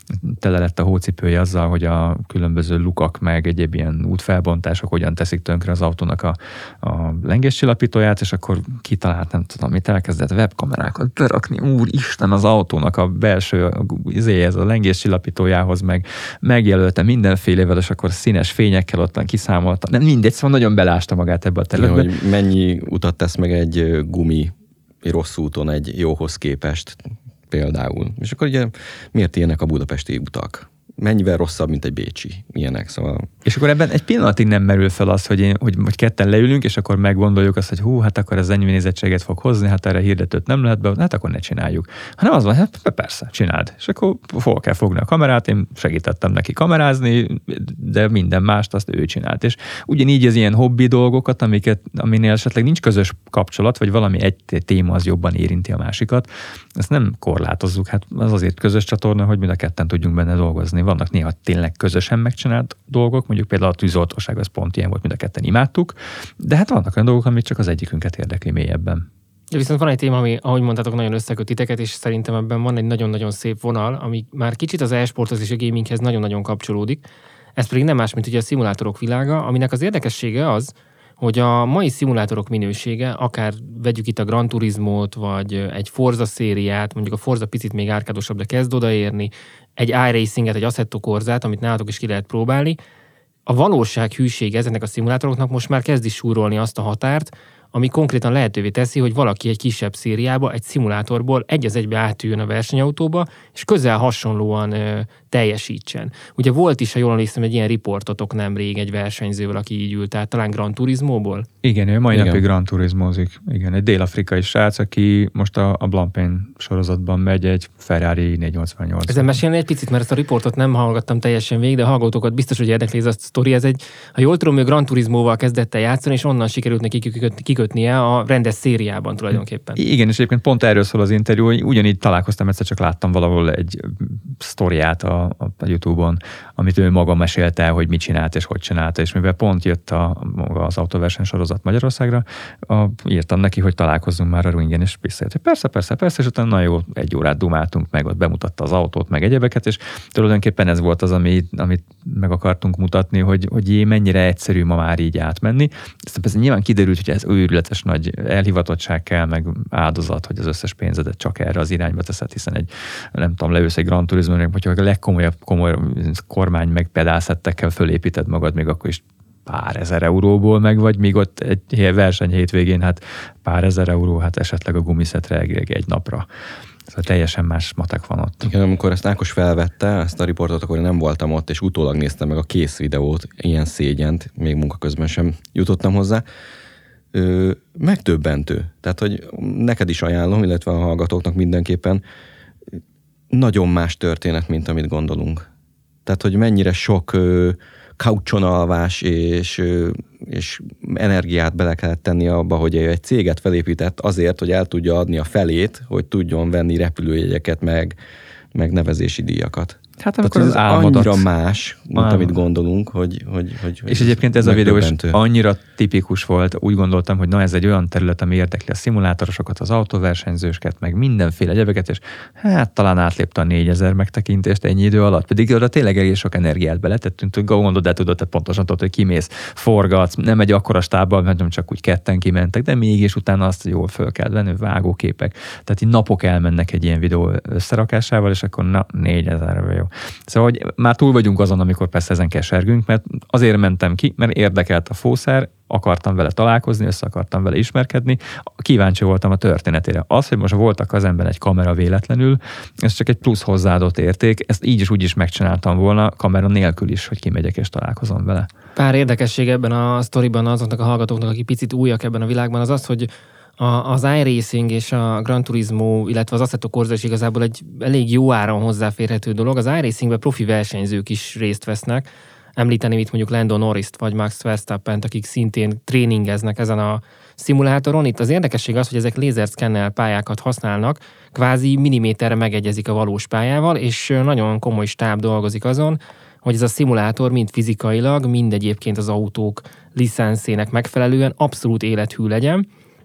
tele lett a hócipője azzal, hogy a különböző lukak meg egyéb ilyen útfelbontások hogyan teszik tönkre az autónak a, a lengéscsillapítóját, és akkor kitalált, nem tudom mit, elkezdett webkamerákat berakni, úristen, az autónak a belső izéhez, a lengéscsillapítójához, meg megjelölte mindenfélevel, és akkor színes fényekkel ottan kiszámolta. Nem mindegy, szóval nagyon belásta magát ebbe a területbe. Hogy mennyi utat tesz meg egy gumi rossz úton egy jóhoz képest például. És akkor ugye miért ilyenek a budapesti utak? Mennyivel rosszabb, mint egy bécsi ilyenek, szóval... És akkor ebben egy pillanatig nem merül fel az, hogy, én, hogy, hogy ketten leülünk, és akkor meggondoljuk azt, hogy hú, hát akkor ez ennyi nézettséget fog hozni, hát erre hirdetőt nem lehet be, hát akkor ne csináljuk. Hanem az van, hát persze, csináld. És akkor fel kell fogni a kamerát, én segítettem neki kamerázni, de minden mást azt ő csinált. És ugyanígy az ilyen hobbi dolgokat, amiket, aminél esetleg nincs közös kapcsolat, vagy valami egy téma az jobban érinti a másikat, ezt nem korlátozzuk. Hát az azért közös csatorna, hogy mind a ketten tudjunk benne dolgozni. Vannak néha tényleg közösen megcsinált dolgok, mondjuk például a tűzoltóság, az pont ilyen volt, mind a ketten imádtuk, de hát vannak olyan dolgok, amik csak az egyikünket érdekli mélyebben. Ja, viszont van egy téma, ami, ahogy mondtátok, nagyon összeköt titeket, és szerintem ebben van egy nagyon-nagyon szép vonal, ami már kicsit az e-sporthoz és a gaminghez nagyon-nagyon kapcsolódik. Ez pedig nem más, mint ugye a szimulátorok világa, aminek az érdekessége az, hogy a mai szimulátorok minősége, akár vegyük itt a Gran Turismót, vagy egy Forza szériát, mondjuk a Forza picit még árkádosabb, de kezd odaérni, egy iRacinget, egy Assetto Corsát, amit nálatok is ki lehet próbálni. A valóság hűsége ezeknek a szimulátoroknak most már kezd is súrolni azt a határt, ami konkrétan lehetővé teszi, hogy valaki egy kisebb szériába, egy szimulátorból egy az egybe átüljön a versenyautóba, és közel hasonlóan ö, teljesítsen. Ugye volt is, ha jól emlékszem, egy ilyen riportotok nemrég egy versenyzővel, aki így ült át, talán Gran Turismóból? Igen, ő mai Igen. napig Gran Turismózik. Igen, egy dél-afrikai srác, aki most a, a Blancpain sorozatban megy egy Ferrari négyszáznyolcvannyolc. Ezen mesélni egy picit, mert ezt a riportot nem hallgattam teljesen végig, de a hallgatókat biztos, hogy érdekli ez a sztori. Ez egy, ha jól tudom, ő Gran Turismóval kezdett el játszani, és onnan sikerült neki kikötnie a rendes szériában tulajdonképpen. Igen, és egyébként pont erről szól az interjú, hogy ugyanígy találkoztam, egyszer csak láttam valahol egy sztoriát a, a YouTube-on, amit ő maga mesélte, hogy mit csinált és hogy csinálta, és mivel pont jött a, az autóverseny sorozat Magyarországra, a, írtam neki, hogy találkozzunk már a ringen, és visszajött, hogy persze, persze, persze, és utána nagyon jó, egy órát dumáltunk meg, ott bemutatta az autót, meg egyebeket, és tulajdonképpen ez volt az, amit, amit meg akartunk mutatni, hogy, hogy jé, mennyire egyszerű ma már így átmenni. Ez nyilván kiderült, hogy ez őrületes nagy elhivatottság kell, meg áldozat, hogy az összes pénzedet csak erre az irányba teszed, hiszen egy, nem tudom, leülsz egy Gran Turismo-n, hogyha a legkomolyabb komoly kormány meg pedálszettekkel fölépíted magad, még akkor is pár ezer euróból meg vagy, míg ott egy verseny hétvégén, hát pár ezer euró, hát esetleg a gumiszetre egy napra. Szóval teljesen más matek van ott. Igen, amikor ezt Ákos felvette, ezt a riportot, akkor én nem voltam ott, és utólag néztem meg a kész videót, ilyen szégyent, még munka közben sem jutottam hozzá. Ö, megdöbbentő. Tehát, hogy neked is ajánlom, illetve a hallgatóknak mindenképpen nagyon más történet, mint amit gondolunk. Tehát, hogy mennyire sok ö, kaucsonalvás és, ö, és energiát bele kellett tenni abba, hogy egy céget felépített azért, hogy el tudja adni a felét, hogy tudjon venni repülőjegyeket, meg, meg nevezési díjakat. Hát tehát ez az annyira más, mint álmodat. Amit gondolunk, hogy... hogy, hogy és egyébként ez a videó is annyira tipikus volt, úgy gondoltam, hogy na ez egy olyan terület, ami érdekli a szimulátorosokat, az autóversenyzősket, meg mindenféle egyebeket, és hát talán átlépte a négyezer megtekintést ennyi idő alatt, pedig oda tényleg elég sok energiát beletettünk, gondolod, de tudod, tehát pontosan tudod, hogy kimész, forgatsz, nem egy akkora stábbal, mert nem csak úgy ketten kimentek, de mégis utána azt jól föl kell venni, vágóképek. Tehát így napok elmennek egy ilyen videó összerakásával, és akkor na, négyezer jó. Szóval, hogy már túl vagyunk azon, amikor persze ezen kesergünk, mert azért mentem ki, mert érdekelt a fószer, akartam vele találkozni, össze akartam vele ismerkedni, kíváncsi voltam a történetére. Az, hogy most voltak az emberen egy kamera véletlenül, ez csak egy plusz hozzáadott érték, ezt így is úgy is megcsináltam volna, kamera nélkül is, hogy kimegyek és találkozom vele. Pár érdekesség ebben a sztoriban azoknak a hallgatóknak, akik picit újak ebben a világban, az az, hogy A, az iRacing és a Gran Turismo, illetve az Assetto Corsa is igazából egy elég jó áron hozzáférhető dolog. Az iRacingben profi versenyzők is részt vesznek. Említeném itt mondjuk Lando Norrist vagy Max Verstappent, akik szintén tréningeznek ezen a szimulátoron. Itt az érdekesség az, hogy ezek lézerszkennel pályákat használnak, kvázi milliméterre megegyezik a valós pályával, és nagyon komoly stáb dolgozik azon, hogy ez a szimulátor mind fizikailag, mind egyébként az autók licenszének megfelelően abszolút élethű legyen.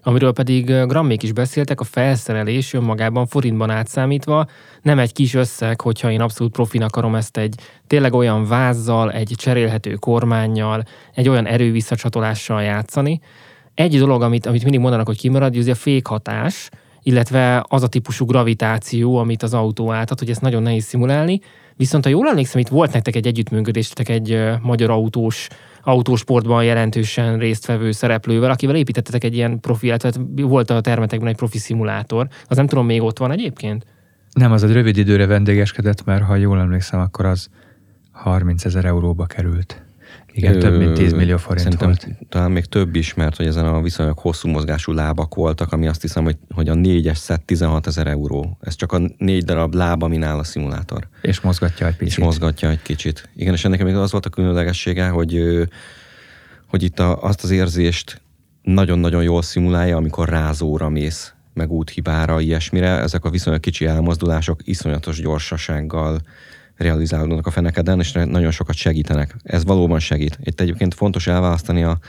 Amiről pedig Grammék is beszéltek, a felszerelés önmagában forintban átszámítva nem egy kis összeg, hogyha én abszolút profin akarom ezt egy tényleg olyan vázzal, egy cserélhető kormánnyal, egy olyan erővisszacsatolással játszani. Egy dolog, amit, amit mindig mondanak, hogy kimarad, hogy a fékhatás, illetve az a típusú gravitáció, amit az autó átad, hogy ezt nagyon nehéz szimulálni. Viszont ha jól emlékszem, itt volt nektek egy együttműködésetek egy magyar autós, autósportban jelentősen résztvevő szereplővel, akivel építettetek egy ilyen profilt, tehát volt a termetekben egy profi szimulátor. Az nem tudom, még ott van egyébként? Nem, az egy rövid időre vendégeskedett, mert ha jól emlékszem, akkor az harmincezer euróba került. Igen, Ö, több mint tíz millió forint volt. Talán még több is, mert hogy ezen a viszonylag hosszú mozgású lábak voltak, ami azt hiszem, hogy, hogy a négyes szett tizenhatezer euró. Ez csak a négy darab láb, amin áll a szimulátor. És mozgatja egy picit. És mozgatja egy kicsit. Igen, és ennek még az volt a különlegessége, hogy, hogy itt a, azt az érzést nagyon-nagyon jól szimulálja, amikor rázóra mész, meg úthibára, ilyesmire. Ezek a viszonylag kicsi elmozdulások iszonyatos gyorsasággal realizálódnak a fenekeden, és nagyon sokat segítenek. Ez valóban segít. Itt egyébként fontos elválasztani a,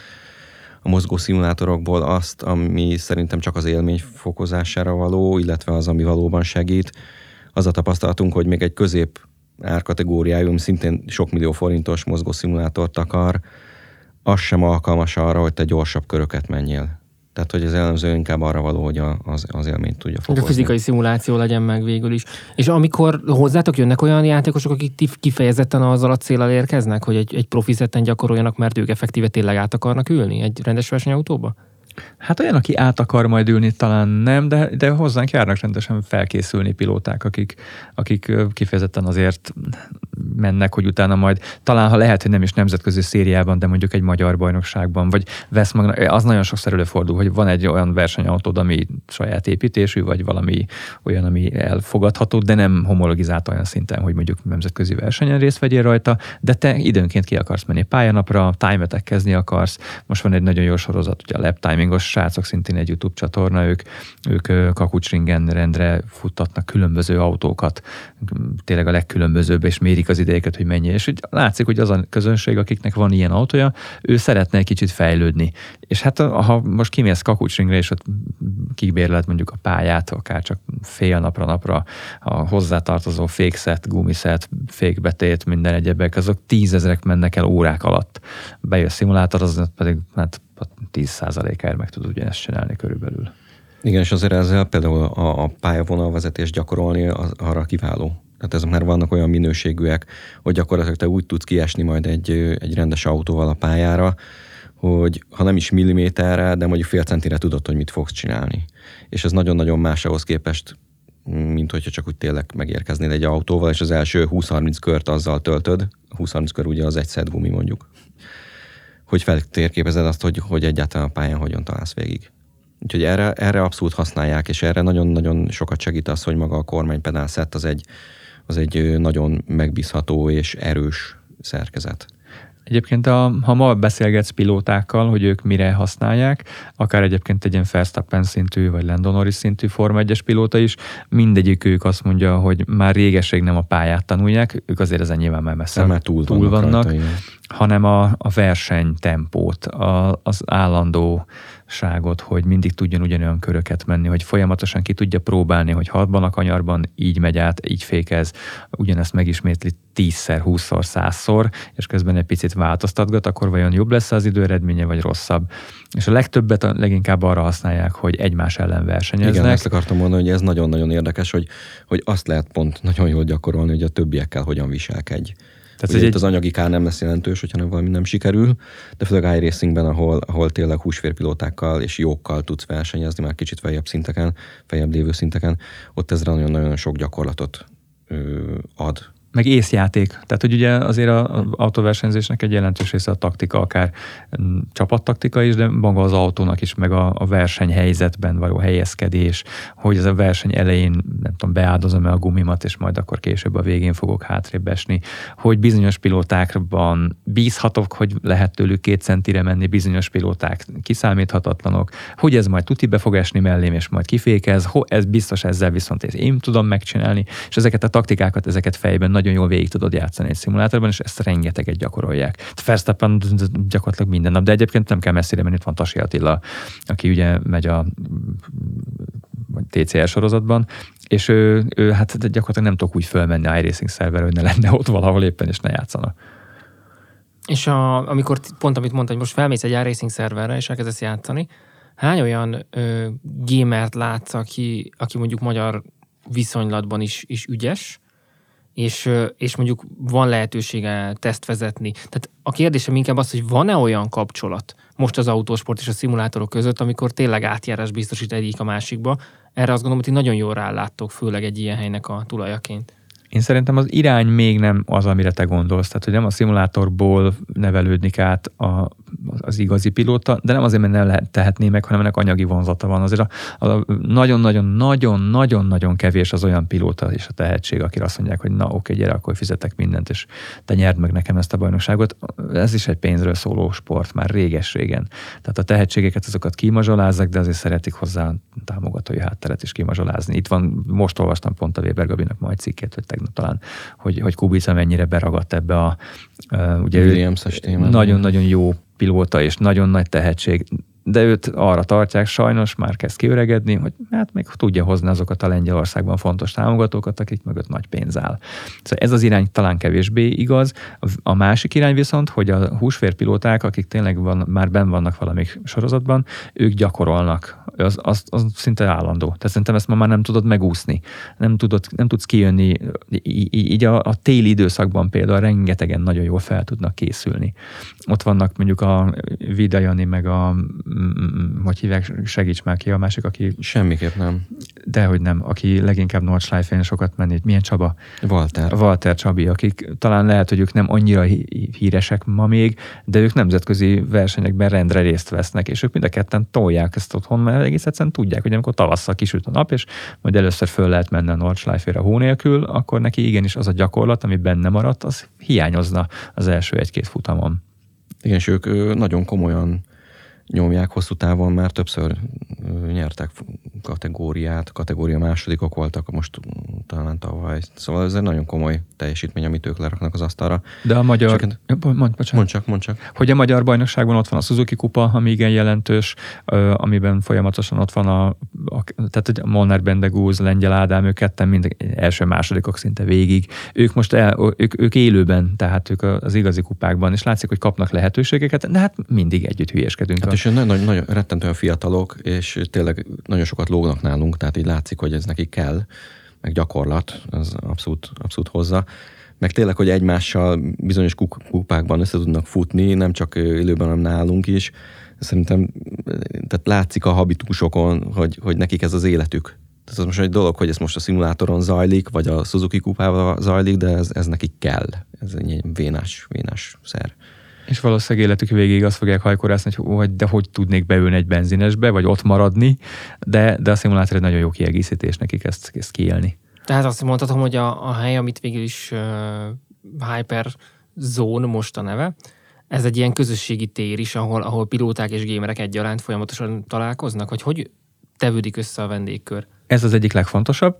a mozgó szimulátorokból azt, ami szerintem csak az élmény fokozására való, illetve az, ami valóban segít. Az a tapasztalatunk, hogy még egy közép árkategóriájú, ami szintén sok millió forintos mozgó szimulátort akar, az sem alkalmas arra, hogy te gyorsabb köröket menjél. Tehát, hogy az elemző inkább arra való, hogy a, az, az élményt tudja fokozni. A fizikai szimuláció legyen meg végül is. És amikor hozzátok jönnek olyan játékosok, akik kifejezetten azzal a céllal érkeznek, hogy egy, egy profi szetten gyakoroljanak, mert ők effektíve tényleg át akarnak ülni egy rendes versenyautóba? Hát olyan, aki át akar majd ülni, talán nem, de, de hozzánk járnak rendesen felkészülni pilóták, akik, akik kifejezetten azért mennek, hogy utána majd, talán ha lehet, hogy nem is nemzetközi szériában, de mondjuk egy magyar bajnokságban, vagy vesz maga, az nagyon sokszor előfordul, hogy van egy olyan versenyautód, ami saját építésű, vagy valami olyan, ami elfogadható, de nem homologizált olyan szinten, hogy mondjuk nemzetközi versenyen részt vegyél rajta, de te időnként ki akarsz menni pályanapra, time-etekkezni akarsz. Most van egy nagyon jó sorozat, ugye a lap timingos srácok, szintén egy YouTube csatorna, ők, ők kakucsringen rendre futtatnak különböző autókat, tényleg a legkülönbözőbb, és mérik az idejéket, hogy mennyi. És úgy látszik, hogy az a közönség, akiknek van ilyen autója, ő szeretne egy kicsit fejlődni. És hát ha most kimész kakucsringre, és ott kibérled mondjuk a pályát, akár csak fél napra napra a hozzátartozó fékszet, gumiszet, fékbetét, minden egyebek, azok tízezrek mennek el órák alatt. Bejön a szimulátor, az pedig hát tíz százalékáért meg tud ugyanezt csinálni körülbelül. Igen, és azért ezzel például a, a pályavonalvezetést gyakorolni az, arra kiváló. Tehát ezek már vannak olyan minőségűek, hogy gyakorlatilag te úgy tudsz kiesni majd egy, egy rendes autóval a pályára, hogy ha nem is milliméterre, de mondjuk fél centire tudod, hogy mit fogsz csinálni. És ez nagyon-nagyon más ahhoz képest, mint hogyha csak úgy tényleg megérkeznél egy autóval, és az első húsz-harminc kört azzal töltöd, húsz-harminc kör ugye az egy szett gumi mondjuk, hogy feltérképezed azt, hogy, hogy egyáltalán a pályán hogyan találsz végig. Úgyhogy erre, erre abszolút használják, és erre nagyon-nagyon sokat segít az, hogy maga a kormánypedál szett az egy, az egy nagyon megbízható és erős szerkezet. Egyébként, a, ha ma beszélgetsz pilótákkal, hogy ők mire használják, akár egyébként egy ilyen Verstappen szintű, vagy Lando Norris szintű Forma egyes pilóta is, mindegyik ők azt mondja, hogy már régeség nem a pályát tanulják, ők azért ezen nyilván már messze már túl, túl vannak, vannak rajta, hanem a, a versenytempót, a, az állandóságot, hogy mindig tudjon ugyanolyan köröket menni, hogy folyamatosan ki tudja próbálni, hogy ha abban a kanyarban így megy át, így fékez, ugyanezt megismétli tízszer, húszszor, százszor, és közben egy picit változtatgat, akkor vajon jobb lesz az időeredménye, vagy rosszabb. És a legtöbbet a, leginkább arra használják, hogy egymás ellen versenyeznek. Igen, ezt akartam mondani, hogy ez nagyon-nagyon érdekes, hogy, hogy azt lehet pont nagyon jól gyakorolni, hogy a többiekkel hogyan viselkedj. Tehát ugye itt egy... az anyagi kár nem lesz jelentős, hogyha nem valami nem sikerül, de főleg iRacingben, ahol, ahol tényleg húsvérpilótákkal és jókkal tudsz versenyezni, már kicsit feljebb szinteken, feljebb lévő szinteken, ott ez nagyon-nagyon sok gyakorlatot ö, ad. Meg észjáték. Tehát, hogy ugye azért az autóversenyzésnek egy jelentős része a taktika, akár csapattaktika is, de maga az autónak is, meg a, a versenyhelyzetben való helyezkedés, hogy ez a verseny elején, nem tudom, beáldozom-e a gumimat, és majd akkor később a végén fogok hátrébb esni, hogy bizonyos pilótákban bízhatok, hogy lehet tőlük két centire menni, bizonyos pilóták kiszámíthatatlanok, hogy ez majd tutibe fog esni mellém, és majd kifékez, ez biztos ezzel viszont én tudom megcsinálni, és ezeket a taktikákat, ezeket fejben nagyon nagyon jól végig tudod játszani egy szimulátorban, és ezt rengeteget gyakorolják. Verstappen gyakorlatilag minden nap, de egyébként nem kell messzire menni, itt van Tasi Attila, aki ugye megy a té cé er sorozatban, és ő, ő hát gyakorlatilag nem tudok úgy fölmenni iRacing szerverre, hogy ne lenne ott valahol éppen, és ne játszana. És a, amikor pont amit mondta, hogy most felmész egy iRacing szerverre, és elkezdesz játszani, hány olyan ö, gamert látsz, aki, aki mondjuk magyar viszonylatban is, is ügyes, és, ö, és mondjuk van lehetősége teszt vezetni. Tehát a kérdésem inkább az, hogy van-e olyan kapcsolat most az autósport és a szimulátorok között, amikor tényleg átjárás biztosít egyik a másikba. Erre azt gondolom, hogy ti nagyon jól ráláttok, főleg egy ilyen helynek a tulajaként. Én szerintem az irány még nem az, amire te gondolsz. Tehát, hogy nem a szimulátorból nevelődnik át a, az igazi pilóta, de nem azért, mert nem lehet, tehetné meg, hanem ennek anyagi vonzata van. Azért a, a nagyon-nagyon-nagyon-nagyon-nagyon kevés az olyan pilóta és a tehetség, akire azt mondják, hogy na oké, gyere, akkor fizetek mindent, és te nyerd meg nekem ezt a bajnokságot. Ez is egy pénzről szóló sport, már réges-régen. Tehát a tehetségeket azokat kimazsolázzák, de azért szeretik hozzá támogatói hátteret is kimazsolázni. Itt van, most olvastam pont a Weber Gabinak majd cikkét, hogy talán, hogy, hogy Kubica mennyire beragadt ebbe a uh, ugye Williams-es témában. Nagyon-nagyon jó pilóta és nagyon nagy tehetség, de őt arra tartják, sajnos már kezd kiöregedni, hogy hát még tudja hozni azokat a Lengyelországban fontos támogatókat, akik mögött nagy pénz áll. Szóval ez az irány talán kevésbé igaz. A másik irány viszont, hogy a húsvérpilóták, akik tényleg van, már benn vannak valamik sorozatban, ők gyakorolnak. Az, az, az szinte állandó. Tehát szerintem ezt ma már nem tudod megúszni. Nem, tudod, nem tudsz kijönni. Így a, a téli időszakban például rengetegen nagyon jól fel tudnak készülni. Ott vannak mondjuk a Vida Jani, meg a hogy hívják, segíts már ki a másik, aki... Semmiképp nem. Dehogy nem, aki leginkább Nordschleife-en sokat menni. Milyen Csaba? Walter. Walter Csabi, akik talán lehet, hogy ők nem annyira híresek ma még, de ők nemzetközi versenyekben rendre részt vesznek, és ők mind a ketten tolják ezt otthon, mert egész egyszerűen tudják, hogy amikor tavasszal kisüt a nap, és majd először föl lehet menni a Nordschleife-re hó nélkül, akkor neki igenis az a gyakorlat, ami benne maradt, az hiányozna az első egy-két futamon. Igen, és ők nagyon komolyan nyomják, hosszú távon már többször nyertek kategóriát, kategória másodikok voltak most talán tavaly. Szóval ez egy nagyon komoly teljesítmény, amit ők leraknak az asztalra. De a magyar... Csak... Mondd, mondd csak, mondd csak. Hogy a magyar bajnokságban ott van a Suzuki kupa, ami igen jelentős, amiben folyamatosan ott van a, a tehát a Molnár Bendegúz, Lengyel Ádám, ők ketten mind első másodikok szinte végig. Ők most el, ők, ők élőben, tehát ők az igazi kupákban, és látszik, hogy kapnak lehetőségeket, de hát mindig együtt hülyeskedünk. Hát és nagyon, nagyon rettentően fiatalok, és tényleg nagyon sokat lógnak nálunk, tehát így látszik, hogy ez nekik kell, meg gyakorlat, ez abszolút, abszolút hozza. Meg tényleg, hogy egymással bizonyos kupákban össze tudnak futni, nem csak élőben, hanem nálunk is. Szerintem tehát látszik a habitusokon, hogy, hogy nekik ez az életük. Tehát az most egy dolog, hogy ez most a szimulátoron zajlik, vagy a Suzuki kupával zajlik, de ez, ez nekik kell. Ez egy vénás, vénás szer. És valószínűleg életük végéig azt fogják hajkorászni, hogy, hogy de hogy tudnék beülni egy benzinesbe, vagy ott maradni, de, de a szimulátor egy nagyon jó kiegészítés nekik ezt, ezt kiélni. Tehát azt mondhatom, hogy a, a hely, amit végül is uh, Hyper Zone most a neve, ez egy ilyen közösségi tér is, ahol, ahol pilóták és gémerek egyaránt folyamatosan találkoznak, hogy hogy tevődik össze a vendégkör? Ez az egyik legfontosabb.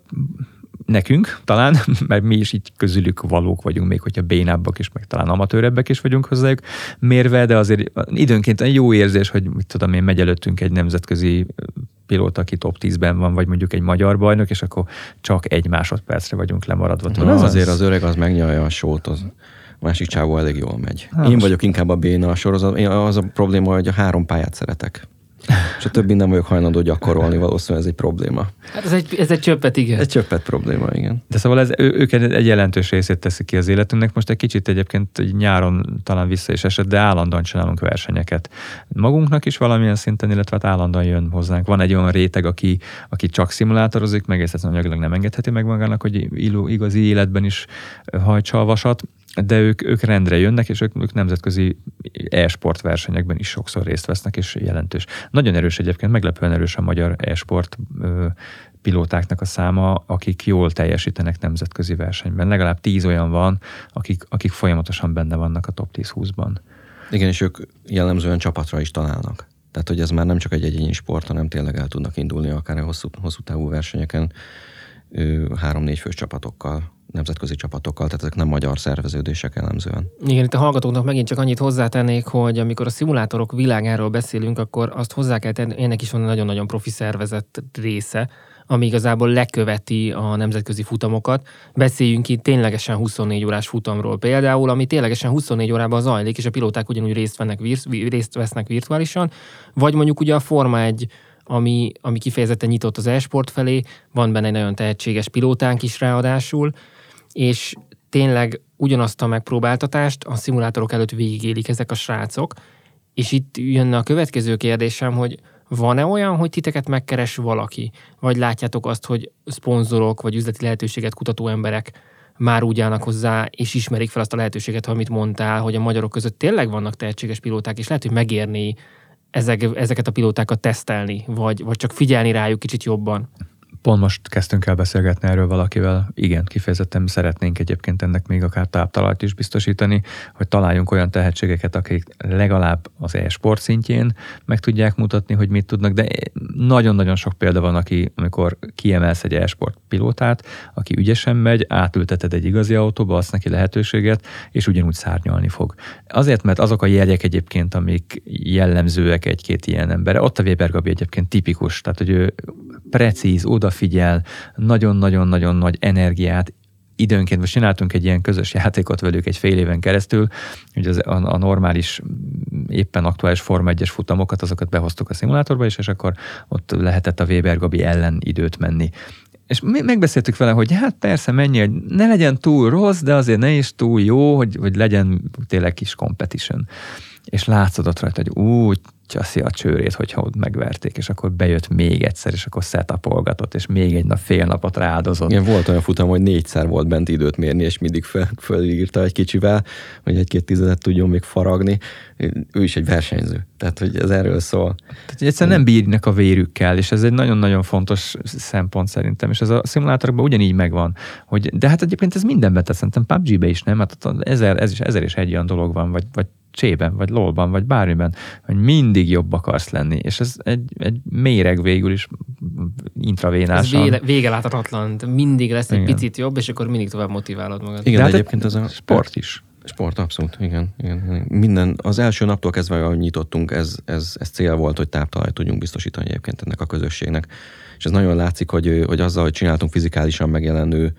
Nekünk talán, mert mi is így közülük valók vagyunk, még hogyha bénábbak is, meg talán amatőrebbek is vagyunk hozzájuk mérve, de azért időnként egy jó érzés, hogy mit tudom én, megy előttünk egy nemzetközi pilóta, aki top tízben van, vagy mondjuk egy magyar bajnok, és akkor csak egy másodpercre vagyunk lemaradva. Na, az azért az öreg az megnyalja a sót, az másik csávó elég jól megy. Hát, én vagyok inkább a béna a sorozat. Én az a probléma, hogy a három pályát szeretek. És a többi nem vagyok hajlandó gyakorolni, valószínűleg ez egy probléma. Hát ez egy, ez egy csöppet, igen. Egy csöppet probléma, igen. De szóval ez, ő, ők egy jelentős részét teszik ki az életünknek. Most egy kicsit egyébként nyáron talán vissza is esett, de állandóan csinálunk versenyeket. Magunknak is valamilyen szinten, illetve hát állandóan jön hozzánk. Van egy olyan réteg, aki, aki csak szimulátorozik, meg egész anyagilag nem engedheti meg magának, hogy igazi életben is hajtsa a vasat, de ők, ők rendre jönnek, és ők, ők nemzetközi e-sport versenyekben is sokszor részt vesznek, és jelentős. Nagyon erős egyébként, meglepően erős a magyar e-sport ö, pilótáknak a száma, akik jól teljesítenek nemzetközi versenyben. Legalább tíz olyan van, akik, akik folyamatosan benne vannak a top tíz-húszban. Igen, és ők jellemzően csapatra is találnak. Tehát, hogy ez már nem csak egy egyéni sport, hanem tényleg el tudnak indulni akár a hosszú, hosszú távú versenyeken három-négy fős csapatokkal. nemzetközi csapatokkal, tehát ezek nem magyar szerveződések jellemzően. Igen, itt a hallgatóknak megint csak annyit hozzátennék, hogy amikor a szimulátorok világáról beszélünk, akkor azt hozzá kell tenni, ennek is van nagyon-nagyon profi szervezet része, ami igazából leköveti a nemzetközi futamokat. Beszéljünk itt ténylegesen huszonnégy órás futamról például, ami ténylegesen huszonnégy órában zajlik, és a pilóták ugyanúgy részt, vennek, részt vesznek virtuálisan, vagy mondjuk ugye a Forma egy, ami, ami kifejezetten nyitott az e-sport felé, van benne egy nagyon tehetséges pilótánk is ráadásul, és tényleg ugyanazt a megpróbáltatást a szimulátorok előtt végigélik ezek a srácok, és itt jönne a következő kérdésem, hogy van-e olyan, hogy titeket megkeres valaki? Vagy látjátok azt, hogy szponzorok vagy üzleti lehetőséget kutató emberek már úgy állnak hozzá, és ismerik fel azt a lehetőséget, amit mondtál, hogy a magyarok között tényleg vannak tehetséges pilóták, és lehet, hogy megérni ezek, ezeket a pilótákat tesztelni, vagy, vagy csak figyelni rájuk kicsit jobban? Pont most kezdtünk el beszélgetni erről valakivel. Igen, kifejezetten szeretnénk egyébként ennek még akár táptalajt is biztosítani, hogy találjunk olyan tehetségeket, akik legalább az e-sport szintjén meg tudják mutatni, hogy mit tudnak, de nagyon-nagyon sok példa van, aki, amikor kiemelsz egy e-sport pilótát, aki ügyesen megy, átülteted egy igazi autóba, adsz neki lehetőséget, és ugyanúgy szárnyalni fog. Azért, mert azok a jegyek egyébként, amik jellemzőek egy-két ilyen emberre, ott a Weber Gabi egyébként tipikus, tehát hogy ő precíz, odafigyel, nagyon-nagyon-nagyon nagy energiát. Időnként most csináltunk egy ilyen közös játékot velük egy fél éven keresztül, hogy az, a, a normális, éppen aktuális Forma egyes futamokat, azokat behoztuk a szimulátorba is, és akkor ott lehetett a Weber Gabi ellen időt menni. És mi megbeszéltük vele, hogy hát persze menjél, hogy ne legyen túl rossz, de azért ne is túl jó, hogy, hogy legyen tényleg kis competition. És látszódott rajta, hogy úgy csaszi a csőrét, hogyha ott megverték, és akkor bejött még egyszer, és akkor setupolgatott, és még egy nap, fél napot rááldozott. Igen, volt olyan futam, hogy négyszer volt bent időt mérni, és mindig fel, felírta egy kicsivel, hogy egy-két tizedet tudjon még faragni. Ő is egy versenyző. Tehát, hogy ez erről szól. Tehát egyszerűen nem bírnak a vérükkel, és ez egy nagyon-nagyon fontos szempont szerintem, és ez a szimulátorokban ugyanígy megvan. Hogy, de hát egyébként ez mindenben, tehát szerintem pé u bé gé-be is nem, hát ezer, ez is, ezer és egy olyan dolog van, vagy, vagy csében, vagy lolban, vagy bármiben, hogy mindig jobb akarsz lenni, és ez egy, egy méreg végül is intravénásan. Ez vége, vége láthatatlan, mindig lesz egy igen. picit jobb, és akkor mindig tovább motiválod magad. Igen, de hát egyébként ez a sport is. Sport, abszolút, igen, igen. Minden, az első naptól kezdve, ahogy nyitottunk, ez, ez, ez cél volt, hogy táptalajt tudjunk biztosítani egyébként ennek a közösségnek. És ez nagyon látszik, hogy, hogy azzal, hogy csináltunk fizikálisan megjelenő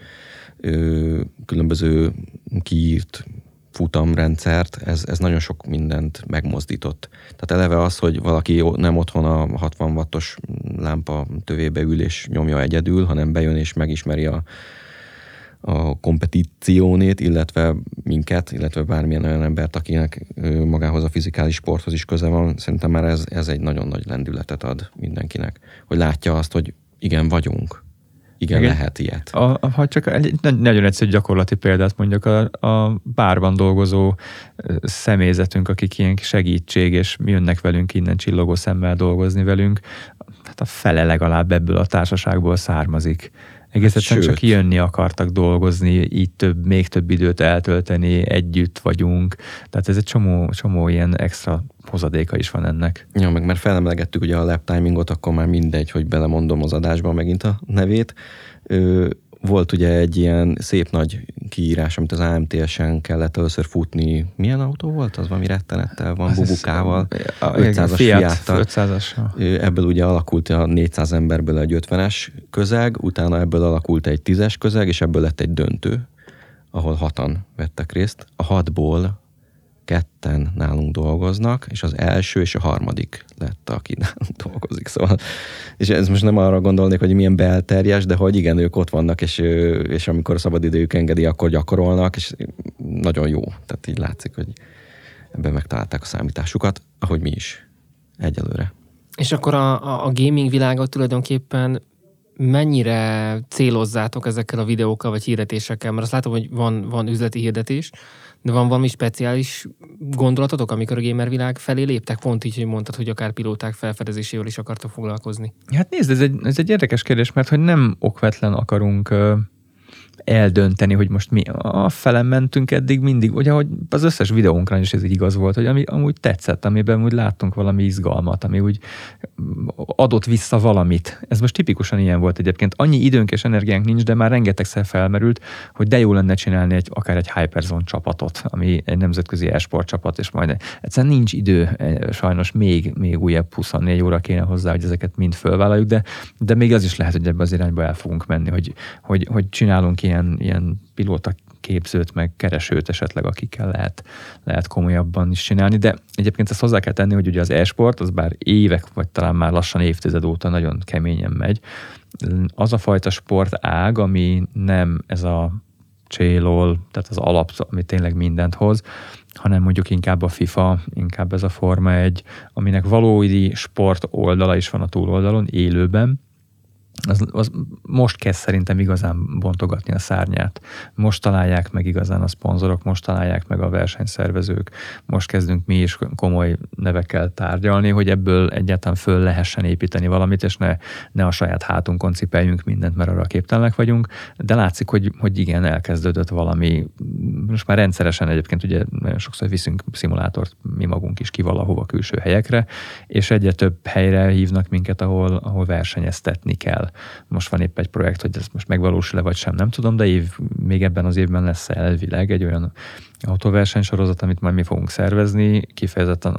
ö, különböző kiírt futamrendszert, ez, ez nagyon sok mindent megmozdított. Tehát eleve az, hogy valaki nem otthon a hatvan wattos lámpa tövébe ül és nyomja egyedül, hanem bejön és megismeri a, a kompetíciónét, illetve minket, illetve bármilyen olyan embert, akinek magához a fizikális sporthoz is köze van, szerintem már ez, ez egy nagyon nagy lendületet ad mindenkinek, hogy látja azt, hogy igen, vagyunk. Igen, igen, lehet ilyet. A, a, ha csak egy nagyon egyszerű gyakorlati példát mondjuk, a, a bárban dolgozó személyzetünk, akik ilyen segítség, és jönnek velünk innen csillogó szemmel dolgozni velünk, hát a fele legalább ebből a társaságból származik. Egész egyszerűen csak jönni akartak dolgozni, így több, még több időt eltölteni, együtt vagyunk. Tehát ez egy csomó, csomó ilyen extra hozadéka is van ennek. Ja, meg mert felemlegettük ugye a lap timingot, akkor már mindegy, hogy belemondom az adásba megint a nevét. Ö, volt ugye egy ilyen szép nagy kiírás, amit az á em té esen kellett először futni. Milyen autó volt? Az valami rettenettel van, bubukával, ötszázas Fiattal. ötszázas. Ebből ugye alakult a négyszáz emberből egy ötvenes közeg, utána ebből alakult egy tízes közeg, és ebből lett egy döntő, ahol hatan vettek részt. A hatból ketten nálunk dolgoznak, és az első és a harmadik lett, aki nálunk dolgozik. Szóval, és ez most nem arra gondolnék, hogy milyen belterjes, de hogy igen, ők ott vannak, és, és amikor a szabadidőjük engedi, akkor gyakorolnak, és nagyon jó. Tehát így látszik, hogy ebben megtalálták a számításukat, ahogy mi is egyelőre. És akkor a, a, a gaming világot tulajdonképpen mennyire célozzátok ezekkel a videókkal, vagy hirdetésekkel? Mert azt látom, hogy van, van üzleti hirdetés, de van valami speciális gondolatotok, amikor a gamer világ felé léptek? Pont így, hogy mondtad, hogy akár pilóták felfedezésével is akartok foglalkozni. Hát nézd, ez egy, ez egy érdekes kérdés, mert hogy nem okvetlen akarunk uh, eldönteni, hogy most mi a felen mentünk eddig mindig, ugye, hogy az összes videónkra is ez így igaz volt, hogy ami amúgy tetszett, amiben úgy láttunk valami izgalmat, ami úgy adott vissza valamit. Ez most tipikusan ilyen volt egyébként. Annyi időnk és energiánk nincs, de már rengetegszer felmerült, hogy de jó lenne csinálni egy, akár egy Hyperzone csapatot, ami egy nemzetközi e-sport csapat, és majd egyszerűen nincs idő, sajnos még, még újabb huszonnégy óra kéne hozzá, hogy ezeket mind fölvállaljuk, de, de még az is lehet, hogy ebbe az irányba el fogunk menni, hogy, hogy, hogy csinálunk ilyen, ilyen pilóta képzőt, meg keresőt esetleg, akikkel lehet, lehet komolyabban is csinálni, de egyébként ezt hozzá kell tenni, hogy ugye az e-sport, az bár évek, vagy talán már lassan évtized óta nagyon keményen megy, az a fajta sportág, ami nem ez a célol, tehát az alap, ami tényleg mindent hoz, hanem mondjuk inkább a FIFA, inkább ez a Forma egy, aminek valódi sport oldala is van a túloldalon, élőben, Az, az most kezd szerintem igazán bontogatni a szárnyát. Most találják meg igazán a szponzorok, most találják meg a versenyszervezők, most kezdünk mi is komoly nevekkel tárgyalni, hogy ebből egyáltalán föl lehessen építeni valamit, és ne, ne a saját hátunkon cipeljünk mindent, mert arra képtelenek vagyunk, de látszik, hogy, hogy igen, elkezdődött valami, most már rendszeresen egyébként ugye nagyon sokszor viszünk szimulátort mi magunk is ki valahova külső helyekre, és egyre több helyre hívnak minket, ahol, ahol versenyeztetni kell. Most van épp egy projekt, hogy ez most megvalósul-e vagy sem, nem tudom, de év, még ebben az évben lesz elvileg egy olyan autóversenysorozat, amit majd mi fogunk szervezni, kifejezetten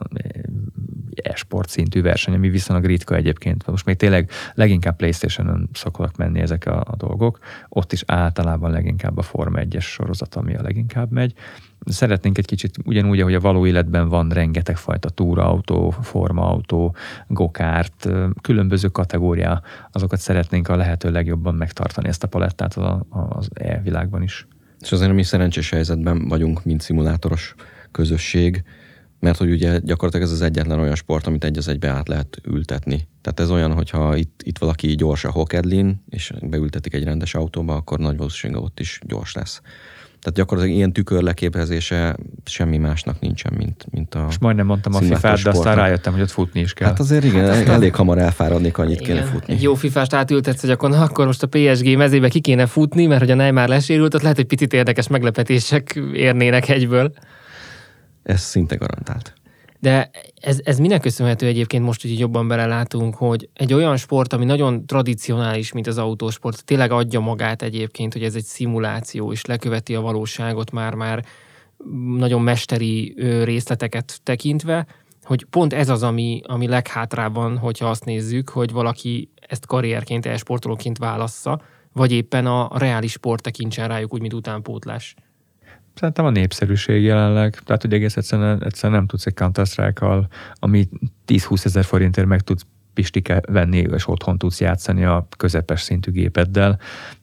e-sport szintű verseny, ami viszonylag ritka egyébként. Most még tényleg leginkább PlayStation-on szoktak menni ezek a, a dolgok. Ott is általában leginkább a Forma egyes sorozat, ami a leginkább megy. Szeretnénk egy kicsit ugyanúgy, ahogy a való életben van rengeteg fajta túraautó, formaautó, gokárt, különböző kategória, azokat szeretnénk a lehető legjobban megtartani, ezt a palettát az e-világban is. És azért mi szerencsés helyzetben vagyunk, mint szimulátoros közösség, mert hogy ugye gyakorlatilag ez az egyetlen olyan sport, amit egy az egybe át lehet ültetni. Tehát ez olyan, hogyha itt, itt valaki gyors a hokedlin, és beültetik egy rendes autóba, akkor nagy valószínűleg ott is gyors lesz. Tehát gyakorlatilag ilyen tükörleképezése semmi másnak nincsen, mint, mint a... És majdnem mondtam a fifát, de aztán rájöttem, hogy ott futni is kell. Hát azért igen, hát elég hamar elfáradnék, annyit igen, kéne futni. Egy jó fifást átültetsz, hogy akkor, na, akkor most a pé es gé mezébe ki kéne futni, mert hogy a Neymar lesérült, ott lehet, hogy picit érdekes meglepetések érnének egyből. Ez szinte garantált. De ez, ez minek köszönhető egyébként most, hogy így jobban belelátunk, hogy egy olyan sport, ami nagyon tradicionális, mint az autósport, tényleg adja magát egyébként, hogy ez egy szimuláció, és leköveti a valóságot már-már nagyon mesteri részleteket tekintve, hogy pont ez az, ami, ami leghátrább van, hogyha azt nézzük, hogy valaki ezt karrierként, e-sportolóként válassza, vagy éppen a, a reális sport tekintsen rájuk úgy, mint utánpótlás. Szerintem a népszerűség jelenleg, tehát hogy egész egyszerűen, egyszerűen nem tudsz egy Counter-Strike-kal, ami tíz-húsz ezer forintért meg tudsz pistike venni, és otthon tudsz játszani a közepes szintű gépeddel,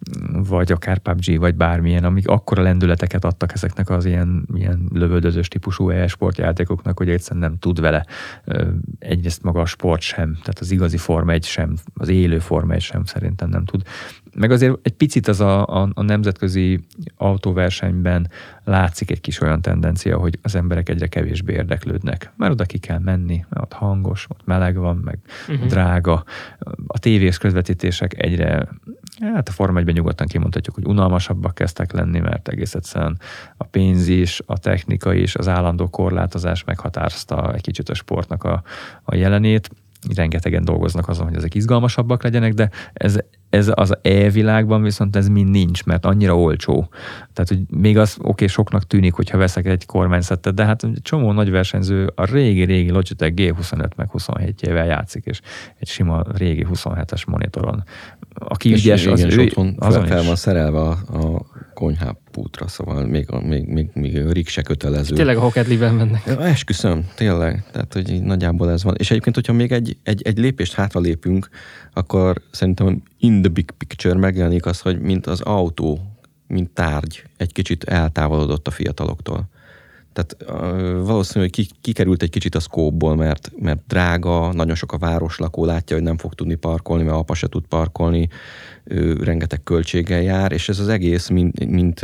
vagy akár pé u bé gé, vagy bármilyen, amik akkora lendületeket adtak ezeknek az ilyen, ilyen lövöldözős típusú e-sport játékoknak, hogy egyszerűen nem tud vele. Egyrészt maga a sport sem, tehát az igazi Forma egy sem, az élő Forma egy sem szerintem nem tud. Meg azért egy picit az a, a, a nemzetközi autóversenyben látszik egy kis olyan tendencia, hogy az emberek egyre kevésbé érdeklődnek. Már oda ki kell menni, mert ott hangos, ott meleg van, meg uh-huh. drága. A tévés közvetítések egyre, hát a Forma egyben nyugodtan kimondhatjuk, hogy unalmasabbak kezdtek lenni, mert egész egyszerűen a pénz is, a technika is, az állandó korlátozás meghatározta egy kicsit a sportnak a, a jelenét. Rengetegen dolgoznak azon, hogy ezek izgalmasabbak legyenek, de ez, ez az e-világban viszont ez mind nincs, mert annyira olcsó. Tehát, hogy még az oké, okay, soknak tűnik, hogyha veszek egy kormányszettet, de hát egy csomó nagy versenyző a régi-régi Logitech gé huszonöt meg huszonhétjével játszik, és egy sima régi huszonhetes monitoron. Aki és ügyes, az ő... Otthon fel, fel van szerelve a, a konyhápútra, szóval még, még, még, még rig se kötelező. Tényleg a hokedliben mennek. Esküszöm, tényleg. Tehát, hogy így nagyjából ez van. És egyébként, hogyha még egy, egy, egy lépést hátra lépünk, akkor szerintem in the big picture megjelenik az, hogy mint az autó, mint tárgy, egy kicsit eltávolodott a fiataloktól. Tehát uh, valószínű, hogy ki, kikerült egy kicsit a szkópból, mert, mert drága, nagyon sok a városlakó, látja, hogy nem fog tudni parkolni, mert apa se tud parkolni, ő, rengeteg költséggel jár, és ez az egész, mint, mint,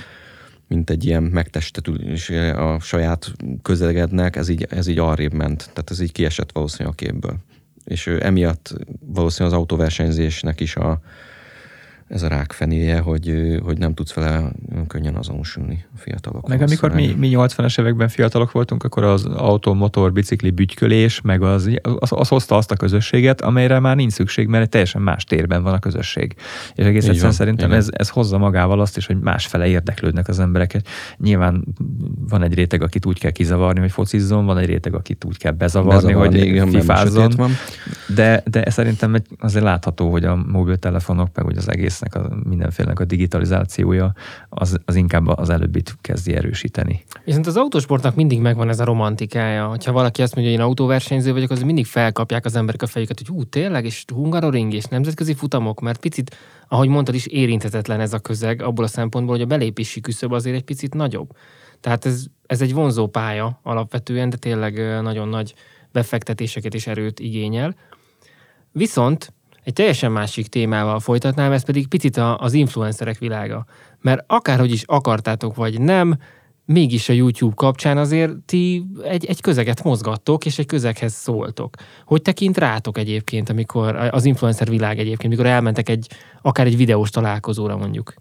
mint egy ilyen megtestesülés a saját közelegednek, ez így, ez így arrébb ment. Tehát ez így kiesett valószínűleg a képből. És emiatt valószínűleg az autóversenyzésnek is a ez a rákfenéje, hogy, hogy nem tudsz vele könnyen azonosulni a fiatalok. Meg amikor mi, mi nyolcvanas években fiatalok voltunk, akkor az autó, motor, bicikli bütykölés, meg az, az, az hozta azt a közösséget, amelyre már nincs szükség, mert egy teljesen más térben van a közösség. És egész egyszerűen szerintem ez, ez hozza magával azt is, hogy másfele érdeklődnek az embereket. Nyilván van egy réteg, akit úgy kell kizavarni, hogy focizzon, van egy réteg, akit úgy kell bezavarni, bezavarni hogy igen, fifázzon. De, de szerintem azért látható, hogy a mobiltelefonok, meg hogy az egésznek, a, mindenfélenek a digitalizációja, az, az inkább az előbbit kezdi erősíteni. Viszont az autósportnak mindig megvan ez a romantikája. Ha valaki azt mondja, hogy én autóversenyző vagyok, az mindig felkapják az emberek a fejüket, hogy hú, tényleg, és Hungaroring, és nemzetközi futamok, mert picit, ahogy mondtad is, érinthetetlen ez a közeg, abból a szempontból, hogy a belépési küszöb azért egy picit nagyobb. Tehát ez, ez egy vonzó pálya alapvetően, de tényleg nagyon nagy befektetéseket és erőt igényel. Viszont egy teljesen másik témával folytatnám, ez pedig picit az influencerek világa. Mert akárhogy is akartátok, vagy nem, mégis a YouTube kapcsán azért ti egy, egy közeget mozgattok, és egy közeghez szóltok. Hogy tekint rátok egyébként, amikor az influencer világ egyébként, mikor elmentek egy, akár egy videós találkozóra mondjuk?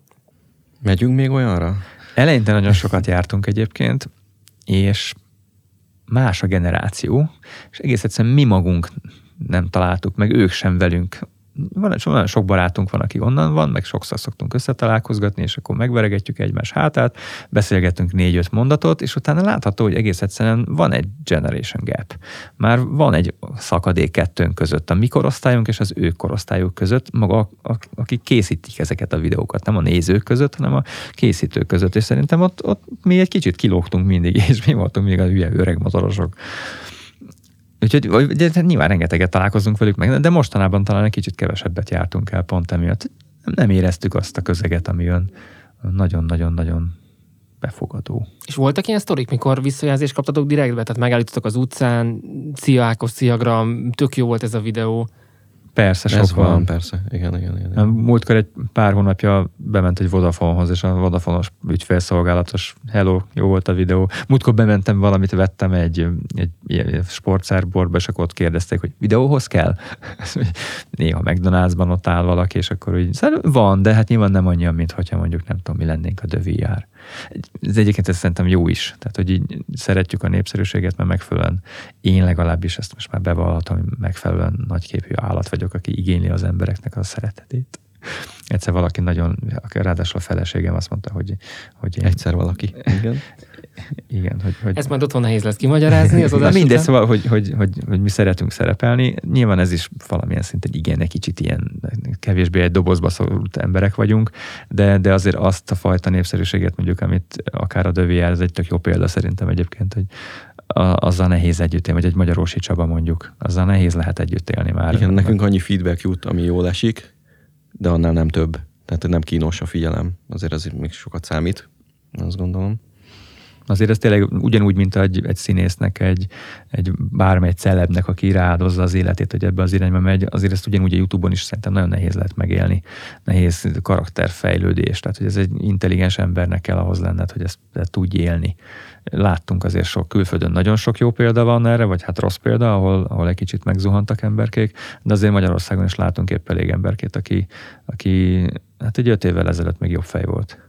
Megyünk még olyanra? Eleinte nagyon sokat jártunk egyébként, és más a generáció, és egész egyszerűen mi magunk nem találtuk, meg ők sem velünk. Van, nagyon sok barátunk van, aki onnan van, meg sokszor szoktunk összetalálkozgatni, és akkor megveregetjük egymás hátát, beszélgetünk négy-öt mondatot, és utána látható, hogy egész egyszerűen van egy generation gap. Már van egy szakadék kettőnk között, a mi korosztályunk és az ő korosztályuk között, maga akik készítik ezeket a videókat, nem a nézők között, hanem a készítők között, és szerintem ott, ott mi egy kicsit kilógtunk mindig, és mi voltunk még a hülye öreg motorosok. Úgyhogy de nyilván rengeteget találkozunk velük meg, de mostanában talán egy kicsit kevesebbet jártunk el pont emiatt. Nem éreztük azt a közeget, ami olyan nagyon-nagyon-nagyon befogadó. És voltak ilyen sztorik, mikor visszajelzést kaptatok direktbe? Tehát megállítottak az utcán, szia Ákos, szia Gram, tök jó volt ez a videó. Persze, sok ez van. van. Persze, igen, igen, igen. Múltkor egy pár hónapja bement egy Vodafonehoz, és a Vodafone-os ügyfélszolgálatos hello, jó volt a videó. Múltkor bementem valamit, vettem egy, egy, egy sportszerborba, és akkor ott kérdezték, hogy videóhoz kell? Néha McDonald'sban ott áll valaki, és akkor úgy, van, de hát nyilván nem annyian, mint hogyha mondjuk nem tudom, mi lennénk a The vé er. Ez egyébként ez szerintem jó is. Tehát, hogy így szeretjük a népszerűséget, mert megfelelően én legalábbis ezt most már bevallhatom, hogy megfelelően nagyképű állat vagyok, aki igényli az embereknek a szeretetét. Egyszer valaki nagyon, ráadásul a feleségem azt mondta, hogy... hogy én, Egyszer valaki. Igen. Igen, hogy, hogy... Ezt majd otthon nehéz lesz kimagyarázni az adás. Mindegy, szóval, hogy, hogy, hogy, hogy mi szeretünk szerepelni. Nyilván ez is valamilyen szinten igen, egy kicsit ilyen kevésbé egy dobozba szorult emberek vagyunk, de, de azért azt a fajta népszerűséget mondjuk, amit akár a The vé er, ez egy tök jó példa szerintem egyébként, hogy a, azzal nehéz együtt élni, vagy egy Magyarósi Csaba mondjuk, azzal nehéz lehet együtt élni már. Igen, nekünk annyi feedback jut, ami jól esik, de annál nem több. Tehát nem kínos a figyelem. Azért ez még sokat számít, azt gondolom. Azért ez tényleg ugyanúgy, mint egy, egy színésznek, egy, egy bármely celebnek, aki rááldozza az életét, hogy ebbe az irányba megy, azért ezt ugyanúgy a YouTube-on is szerintem nagyon nehéz lehet megélni. Nehéz karakterfejlődés, tehát hogy ez egy intelligens embernek kell ahhoz lenned, hogy ezt, ezt tudj élni. Láttunk azért sok külföldön, nagyon sok jó példa van erre, vagy hát rossz példa, ahol, ahol egy kicsit megzuhantak emberkék, de azért Magyarországon is látunk épp elég emberkét, aki, aki hát egy öt évvel ezelőtt még jobb fej volt.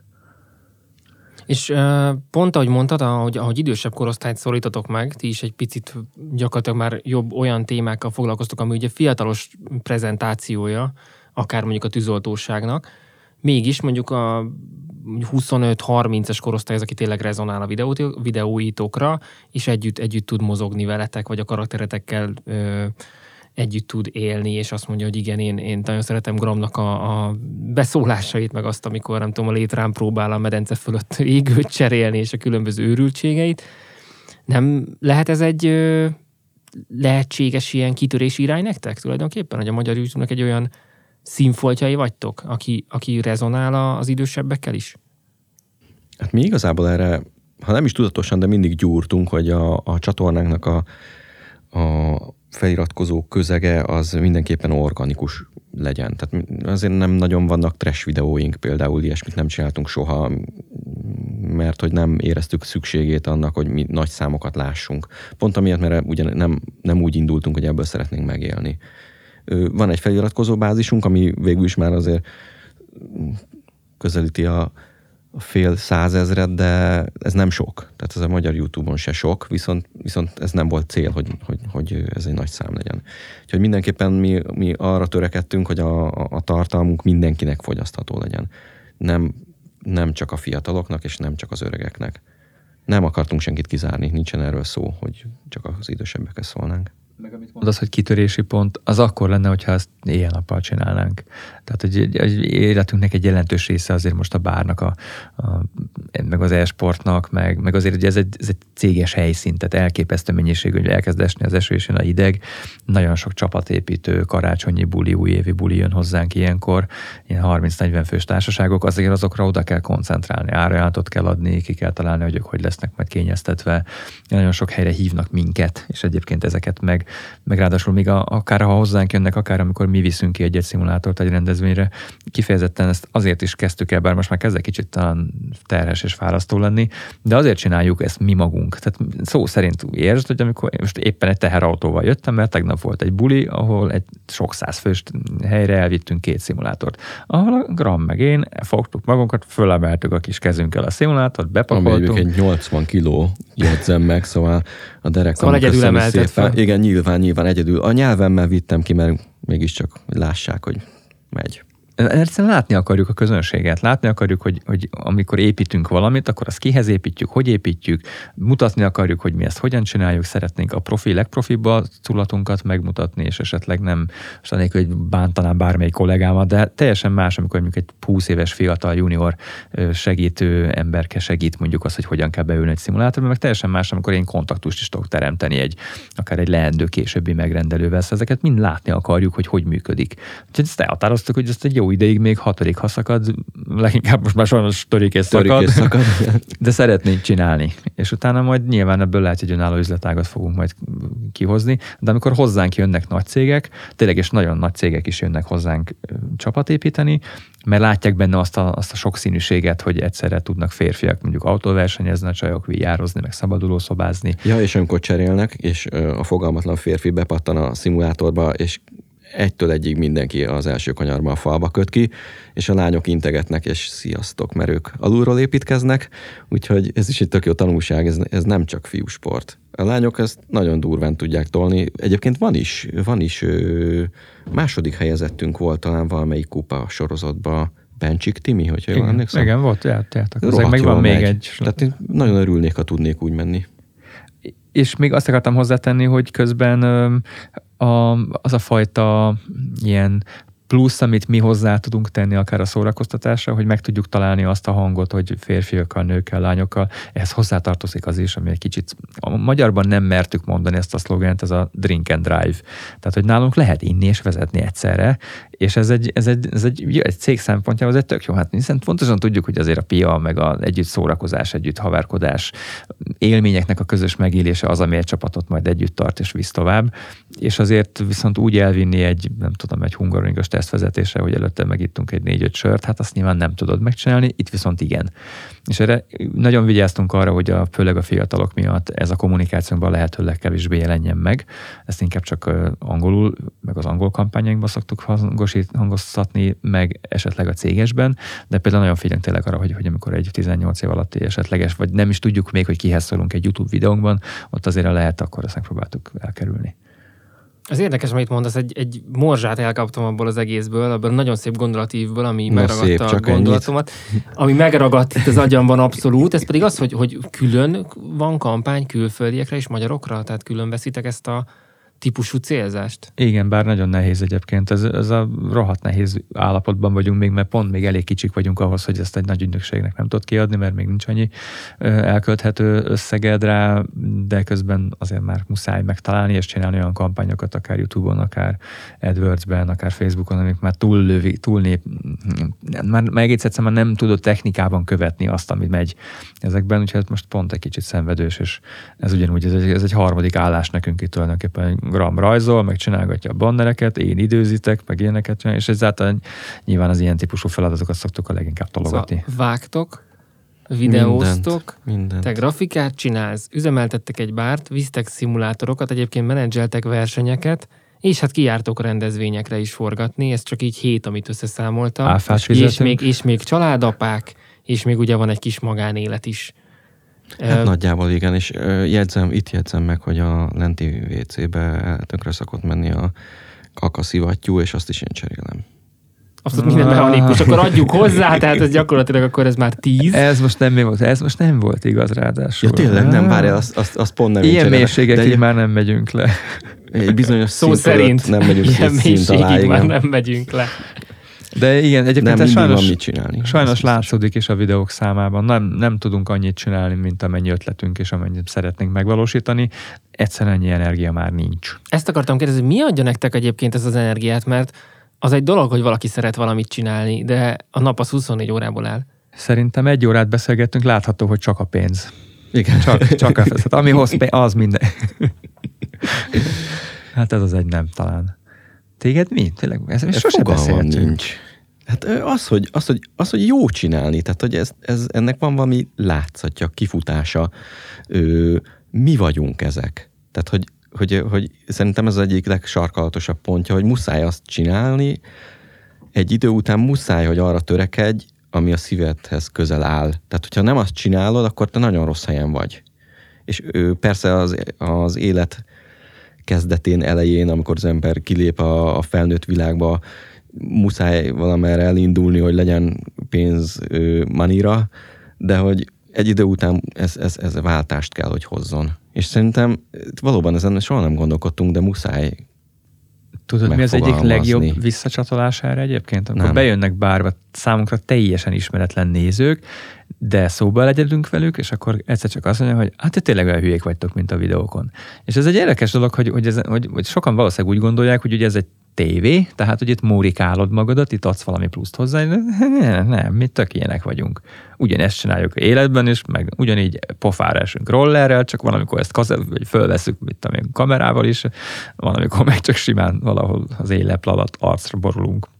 És uh, pont ahogy mondtad, ahogy, ahogy idősebb korosztályt szólítotok meg, ti is egy picit gyakorlatilag már jobb olyan témákkal foglalkoztok, ami ugye fiatalos prezentációja, akár mondjuk a tűzoltóságnak, mégis mondjuk a huszonöt-harmincas korosztály az, aki tényleg rezonál a videó, videóitokra, és együtt, együtt tud mozogni veletek, vagy a karakteretekkel ö, együtt tud élni, és azt mondja, hogy igen, én, én nagyon szeretem Gramnak a, a beszólásait, meg azt, amikor nem tudom, a létrán próbál a medence fölött égőt cserélni, és a különböző őrültségeit. Nem lehet ez egy ö, lehetséges ilyen kitörési irány nektek tulajdonképpen, hogy a magyar YouTube-nak egy olyan színfoltjai vagytok, aki, aki rezonál az idősebbekkel is? Hát mi igazából erre, ha nem is tudatosan, de mindig gyúrtunk, hogy a, a csatornánknak a, a feliratkozó közege az mindenképpen organikus legyen. Tehát azért nem nagyon vannak trash videóink, például ilyesmit nem csináltunk soha, mert hogy nem éreztük szükségét annak, hogy mi nagy számokat lássunk. Pont amiatt, mert ugye nem, nem úgy indultunk, hogy ebből szeretnénk megélni. Van egy feliratkozó bázisunk, ami végül is már azért közelíti a, a fél százezret, de ez nem sok. Tehát ez a magyar YouTube-on se sok, viszont, viszont ez nem volt cél, hogy, hogy, hogy ez egy nagy szám legyen. Úgyhogy mindenképpen mi, mi arra törekedtünk, hogy a, a tartalmunk mindenkinek fogyasztható legyen. Nem, nem csak a fiataloknak, és nem csak az öregeknek. Nem akartunk senkit kizárni, nincsen erről szó, hogy csak az idősebbekhez szólnánk. Meg amit mondasz, hogy kitörési pont, az akkor lenne, hogyha ezt éjjel-nappal csinálnánk. Tehát, hogy egy életünknek egy jelentős része azért most a bárnak, a, a, meg az e-sportnak, meg, meg azért, hogy ez egy, ez egy céges helyszín, tehát elképesztő mennyiségű, hogy elkezd esni az eső és jön a hideg. Nagyon sok csapatépítő, karácsonyi buli, újévi buli jön hozzánk ilyenkor, ilyen harminc-negyven fős társaságok, azért azokra oda kell koncentrálni, árajánlatot kell adni, ki kell találni, hogy ők hogy lesznek majd kényeztetve. Nagyon sok helyre hívnak minket, és egyébként ezeket meg meg ráadásul még a, akár ha hozzánk jönnek, akár amikor mi viszünk ki egy-egy szimulátort egy rendezvényre, kifejezetten ezt azért is kezdtük el, bár most már kezd egy kicsit talán terhes és fárasztó lenni, de azért csináljuk ezt mi magunk. Tehát szó szerint értsd, hogy amikor most éppen egy teherautóval jöttem, mert tegnap volt egy buli, ahol egy sok száz fős helyre elvittünk két szimulátort, ahol a Gram meg én fogtuk magunkat, fölemeltük a kis kezünkkel a szimulátort, bepakoltunk. Ami egy nyolcvan kiló, jegyzem meg, szóval a derekam szóval egyedül emeltet fel. Igen, nyilván, nyilván egyedül. A nyelvemmel vittem ki, mert mégiscsak hogy lássák, hogy megy. Egyszerűen látni akarjuk a közönséget, látni akarjuk, hogy, hogy amikor építünk valamit, akkor azt kihez építjük, hogy építjük, mutatni akarjuk, hogy mi ezt hogyan csináljuk, szeretnénk a profi, legprofibb arculatunkat megmutatni, és esetleg nem, most anélkül, hogy bántanám bármelyik kollégámat, de teljesen más, amikor mondjuk egy húsz éves fiatal junior segítő emberke segít mondjuk azt, hogy hogyan kell beülni egy szimulátorba, meg teljesen más, amikor én kontaktust is tudok teremteni egy, akár egy leendő későbbi megrendelővel, szóval ezeket mind látni akarjuk, hogy hogy működik. Úgyhogy ezt elhatároztuk, hogy ezt egy jó ideig még hatodik, ha szakad, leginkább most már sajnos törik és szakad, szakad. De szeretnénk csinálni. És utána majd nyilván ebből lehet, hogy önálló üzletágat fogunk majd kihozni, de amikor hozzánk jönnek nagy cégek, tényleg és nagyon nagy cégek is jönnek hozzánk csapatépíteni, mert látják benne azt a, azt a sokszínűséget, hogy egyszerre tudnak férfiak mondjuk autóversenyezni, a csajok vijározni, meg szabaduló szobázni. Ja, és amikor cserélnek, és a fogalmatlan férfi bepattan a szimulátorba, és egytől egyig mindenki az első kanyarban a falba köt ki, és a lányok integetnek, és sziasztok, mert ők alulról építkeznek, úgyhogy ez is egy tök jó tanulság, ez, ez nem csak fiúsport. A lányok ezt nagyon durván tudják tolni. Egyébként van is, van is ö, második helyezettünk volt talán valamelyik kupa sorozatban, Bencsik Timi, hogyha jól emlékszem. Igen, volt, jártak. Meg van még egy. Tehát én nagyon örülnék, ha tudnék úgy menni. És még azt akartam hozzátenni, hogy közben a, az a fajta ilyen plusz, amit mi hozzá tudunk tenni akár a szórakoztatásra, hogy meg tudjuk találni azt a hangot, hogy férfiakkal, nőkkel, lányokkal, ehhez hozzátartozik az is, ami egy kicsit, a magyarban nem mertük mondani ezt a szlogent, ez a drink and drive. Tehát, hogy nálunk lehet inni és vezetni egyszerre, és ez egy, ez egy, ez egy, egy cég szempontjából ez egy tök jó. Hát hiszen fontosan tudjuk, hogy azért a pia, meg az együtt szórakozás, együtt haverkodás, élményeknek a közös megélése az, ami egy csapatot majd együtt tart és visz tovább. És azért viszont úgy elvinni egy, nem tudom, egy hungaroringos tesztvezetésre, hogy előtte megittunk egy négy-öt sört, hát azt nyilván nem tudod megcsinálni, itt viszont igen. És erre nagyon vigyáztunk arra, hogy a, főleg a fiatalok miatt ez a kommunikációnkban lehető legkevésbé jelenjen meg. Ezt inkább csak angolul, meg az angol kampányainkban szoktuk hangoztatni, meg esetleg a cégesben, de például nagyon figyelünk tényleg arra, hogy, hogy amikor egy tizennyolc év alatti esetleges, vagy nem is tudjuk még, hogy kihez szólunk egy YouTube videónkban, ott azért lehet, akkor ezt megpróbáltuk elkerülni. Az érdekes, amit mondasz, egy, egy morzsát elkaptam abból az egészből, abból nagyon szép gondolatívből, ami Na megragadta szép, a gondolatomat, ennyit. Ami megragadt itt az agyamban abszolút, ez pedig az, hogy, hogy külön van kampány külföldiekre és magyarokra, tehát külön veszitek ezt a típusú célzást. Igen, bár nagyon nehéz egyébként. Ez, ez a rohadt nehéz állapotban vagyunk még, mert pont még elég kicsik vagyunk ahhoz, hogy ezt egy nagy ügynökségnek nem tud kiadni, mert még nincs annyi elkölthető összeged rá, de közben azért már muszáj megtalálni és csinálni olyan kampányokat, akár YouTube-on, akár AdWords-ben, akár Facebookon, amik már túl lövi, túl nép, már, már egész egyszerűen már nem tudod technikában követni azt, amit megy ezekben, úgyhogy most pont egy kicsit szenvedős, és ez ugyanúgy, ez egy, ez egy harmadik állás nekünk itt tulajdonképpen. Gram rajzol, meg csinálgatja a bannereket, én időzítek, meg ilyeneket csinál, és ezáltal nyilván az ilyen típusú feladatokat szoktuk a leginkább tologatni. Szóval vágtok, videóztok, mindent, mindent. te grafikát csinálsz, üzemeltettek egy bárt, visztek szimulátorokat, egyébként menedzseltek versenyeket, És hát kijártok rendezvényekre is forgatni, ez csak így hét, amit összeszámoltam. Áfát és, fizetünk. és, még, és még családapák, és még ugye van egy kis magánélet is. Hát uh, nagyjából igen, és uh, jegyzem, itt jegyzem meg, hogy a lenti vé cébe tönkre szokott menni a kakaszivattyú, és azt is én cserélem. Abszolút minden mechanikus, akkor adjuk hozzá, tehát ez gyakorlatilag akkor ez már tíz. Ez most nem volt, ez most nem volt igaz ráadásul. Ja tényleg, nem, várjál, azt, azt, azt pont nem ilyen mélységekig már nem megyünk le. Egy bizonyos szó szint szerint nem megyünk ilyen szint alá, mélységig már igen. nem megyünk le. De igen, egyébként nem sajnos, van mit csinálni. sajnos látszódik is a videók számában. Nem, nem tudunk annyit csinálni, mint amennyi ötletünk és amennyit szeretnénk megvalósítani. Egyszerűen ennyi energia már nincs. Ezt akartam kérdezni, mi adja nektek egyébként ez az energiát, mert az egy dolog, hogy valaki szeret valamit csinálni, de a nap az huszonnégy órából áll. Szerintem egy órát beszélgettünk, látható, hogy csak a pénz. Igen. Csak, csak a pénz. Ami hoz pénz, az minden. Hát ez az egy nem talán. Téged mi? Tényleg, ez, ez sose beszéltünk. Nincs. Hát az hogy, az, hogy, az, hogy jó csinálni, tehát hogy ez, ez, ennek van valami látszatja, kifutása. Ö, mi vagyunk ezek. Tehát, hogy, hogy, hogy szerintem ez az egyik legsarkalatosabb pontja, hogy muszáj azt csinálni, egy idő után muszáj, hogy arra törekedj, ami a szívedhez közel áll. Tehát, hogyha nem azt csinálod, akkor te nagyon rossz helyen vagy. És ö, persze az, az élet kezdetén, elején, amikor az ember kilép a, a felnőtt világba, muszáj valamerre elindulni, hogy legyen pénz ö, manira, de hogy egy idő után ez, ez, ez a váltást kell, hogy hozzon. És szerintem valóban ezen soha nem gondolkodtunk, de muszáj. Tudod, mi az egyik legjobb visszacsatolás erre egyébként? Amikor nem. bejönnek bárba számunkra teljesen ismeretlen nézők, de szóba legyedünk velük, és akkor egyszer csak azt mondja, hogy hát te tényleg olyan hülyék vagytok, mint a videókon. És ez egy érdekes dolog, hogy, hogy, ez, hogy, hogy sokan valószínűleg úgy gondolják, hogy ugye ez egy tévé, tehát hogy itt mórikálod magadat, itt adsz valami pluszt hozzá, nem, nem, mi tök ilyenek vagyunk. Ugyanezt csináljuk életben is, meg ugyanígy pofára esünk rollerrel, csak van, amikor ezt kaze- vagy fölveszünk, mit tudom én, kamerával is, van, amikor meg csak simán valahol az éleple alatt arcra borulunk.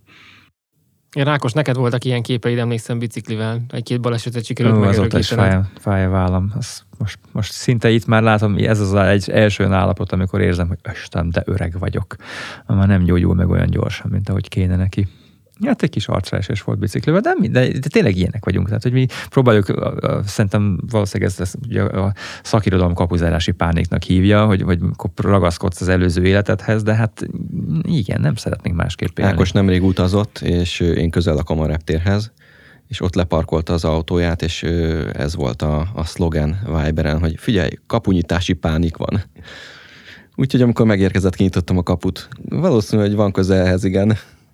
Én Rákos, neked voltak ilyen képeid, emlékszem biciklivel. Egy-két balesetet sikerült Ó, megörökítened. azóta is fáj, fáj a vállam. Az most, most szinte itt már látom, ez az egy első állapot, amikor érzem, hogy östem, de öreg vagyok. Már nem gyógyul meg olyan gyorsan, mint ahogy kéne neki. Hát egy kis arcraesés volt biciklivel, de, de, de tényleg ilyenek vagyunk. Tehát, hogy mi próbáljuk, a, a, szerintem valószínűleg ezt, ezt ugye a szakirodalom kapuzárási pániknak hívja, hogy, hogy ragaszkodsz az előző életedhez, de hát igen, nem szeretnénk másképp élni. Ákos nemrég utazott, és én közel lakom a reptérhez, és ott leparkolta az autóját, és ez volt a, a szlogen Viberen, hogy figyelj, kapunyitási pánik van. Úgyhogy amikor megérkezett, kinyitottam a kaput. Valószínű, hogy van közelhez, igen.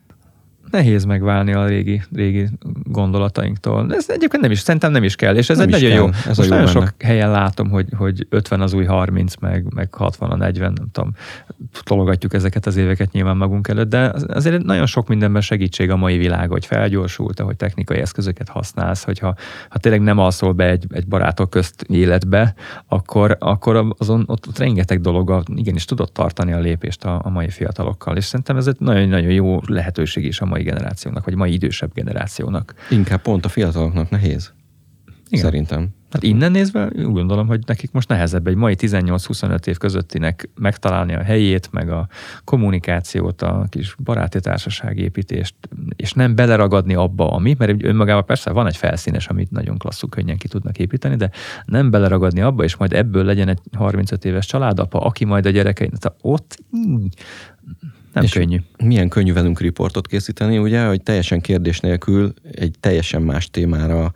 Nehéz megválni a régi, régi gondolatainktól. Ez egyébként nem is, szerintem nem is kell, és ez nem egy nagyon kell. jó. Ez Most jó nagyon benne. sok helyen látom, hogy, hogy ötven az új harminc, meg, meg hatvan a negyven, nem tudom, tologatjuk ezeket az éveket nyilván magunk előtt, de azért nagyon sok mindenben segítség a mai világ, hogy felgyorsult, hogy technikai eszközöket használsz, hogyha ha tényleg nem alszol be egy, egy barátok közt életbe, akkor, akkor azon ott, ott rengeteg dolog, igenis tudod tartani a lépést a, a mai fiatalokkal, és szerintem ez egy nagyon-nagyon jó lehetőség is a mai generációnak, vagy mai idősebb generációnak. Inkább pont a fiataloknak nehéz. Igen. Szerintem. Hát innen nézve úgy gondolom, hogy nekik most nehezebb egy mai tizennyolc-huszonöt év közöttinek megtalálni a helyét, meg a kommunikációt, a kis baráti társaságépítést, és nem beleragadni abba, ami, mert önmagában persze van egy felszínes, amit nagyon klasszul könnyen ki tudnak építeni, de nem beleragadni abba, és majd ebből legyen egy harmincöt éves családapa, aki majd a gyerekein, tehát ott nem és könnyű. Milyen könnyű velünk riportot készíteni, ugye, hogy teljesen kérdés nélkül egy teljesen más témára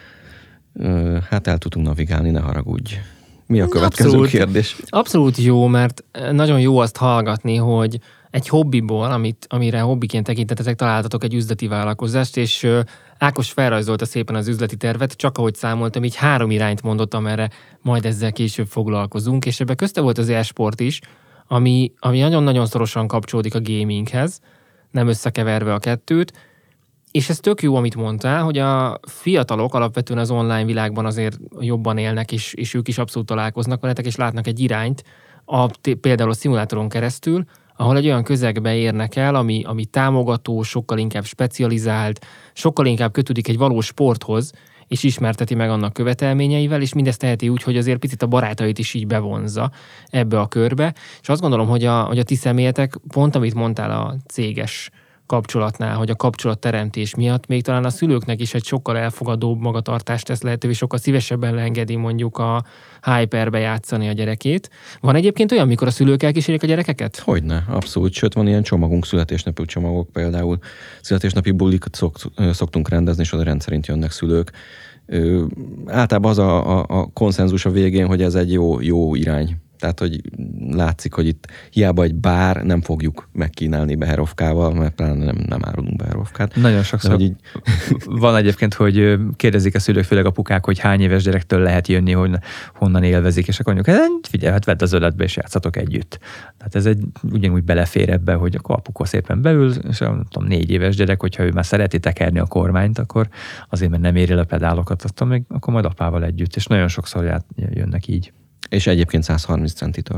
hát el tudunk navigálni, ne haragudj. Mi a következő abszolút, kérdés? Abszolút jó, mert nagyon jó azt hallgatni, hogy egy hobbiból, amit, amire hobbiként tekintetetek, találtatok egy üzleti vállalkozást, és Ákos felrajzolta szépen az üzleti tervet, csak ahogy számoltam, így három irányt mondottam, erre majd ezzel később foglalkozunk, és ebben közte volt az e-sport is, ami, ami nagyon-nagyon szorosan kapcsolódik a gaminghez, nem összekeverve a kettőt, és ez tök jó, amit mondtál, hogy a fiatalok alapvetően az online világban azért jobban élnek, és, és ők is abszolút találkoznak veletek, és látnak egy irányt, a, például a szimulátoron keresztül, ahol egy olyan közegbe érnek el, ami, ami támogató, sokkal inkább specializált, sokkal inkább kötődik egy valós sporthoz, és ismerteti meg annak követelményeivel, és mindezt teheti úgy, hogy azért picit a barátait is így bevonzza ebbe a körbe. És azt gondolom, hogy a, hogy a ti személyetek, pont amit mondtál a céges kapcsolatnál, hogy a kapcsolatteremtés miatt még talán a szülőknek is egy sokkal elfogadóbb magatartást tesz lehetővé, sokkal szívesebben leengedi mondjuk a Hyperbe játszani a gyerekét. Van egyébként olyan, mikor a szülők elkísérik a gyerekeket? Hogyne, abszolút. Sőt, van ilyen csomagunk, születésnapi csomagok például. Születésnapi bulikat szokt, szoktunk rendezni, és oda rendszerint jönnek szülők. Ö, általában az a, a, a konszenzus a végén, hogy ez egy jó, jó irány. Tehát, hogy látszik, hogy itt hiába egy bár, nem fogjuk megkínálni beherovkával, mert pláne nem, nem árulunk beherovkát. Nagyon sokszor így... van egyébként, hogy kérdezik a szülők, főleg apukák, hogy hány éves gyerektől lehet jönni, hogy honnan élvezik, és akkor mondjuk, figyelj, hát vedd az öletbe, és játszatok együtt. Tehát ez egy ugyanúgy belefér ebbe, hogy akkor apuka szépen beül, és nem tudom, négy éves gyerek, hogyha ő már szereti tekerni a kormányt, akkor azért, mert nem éri a pedálokat, attól még, akkor majd apával együtt, és nagyon sokszor ját, jönnek így. És egyébként száz harminc centitől.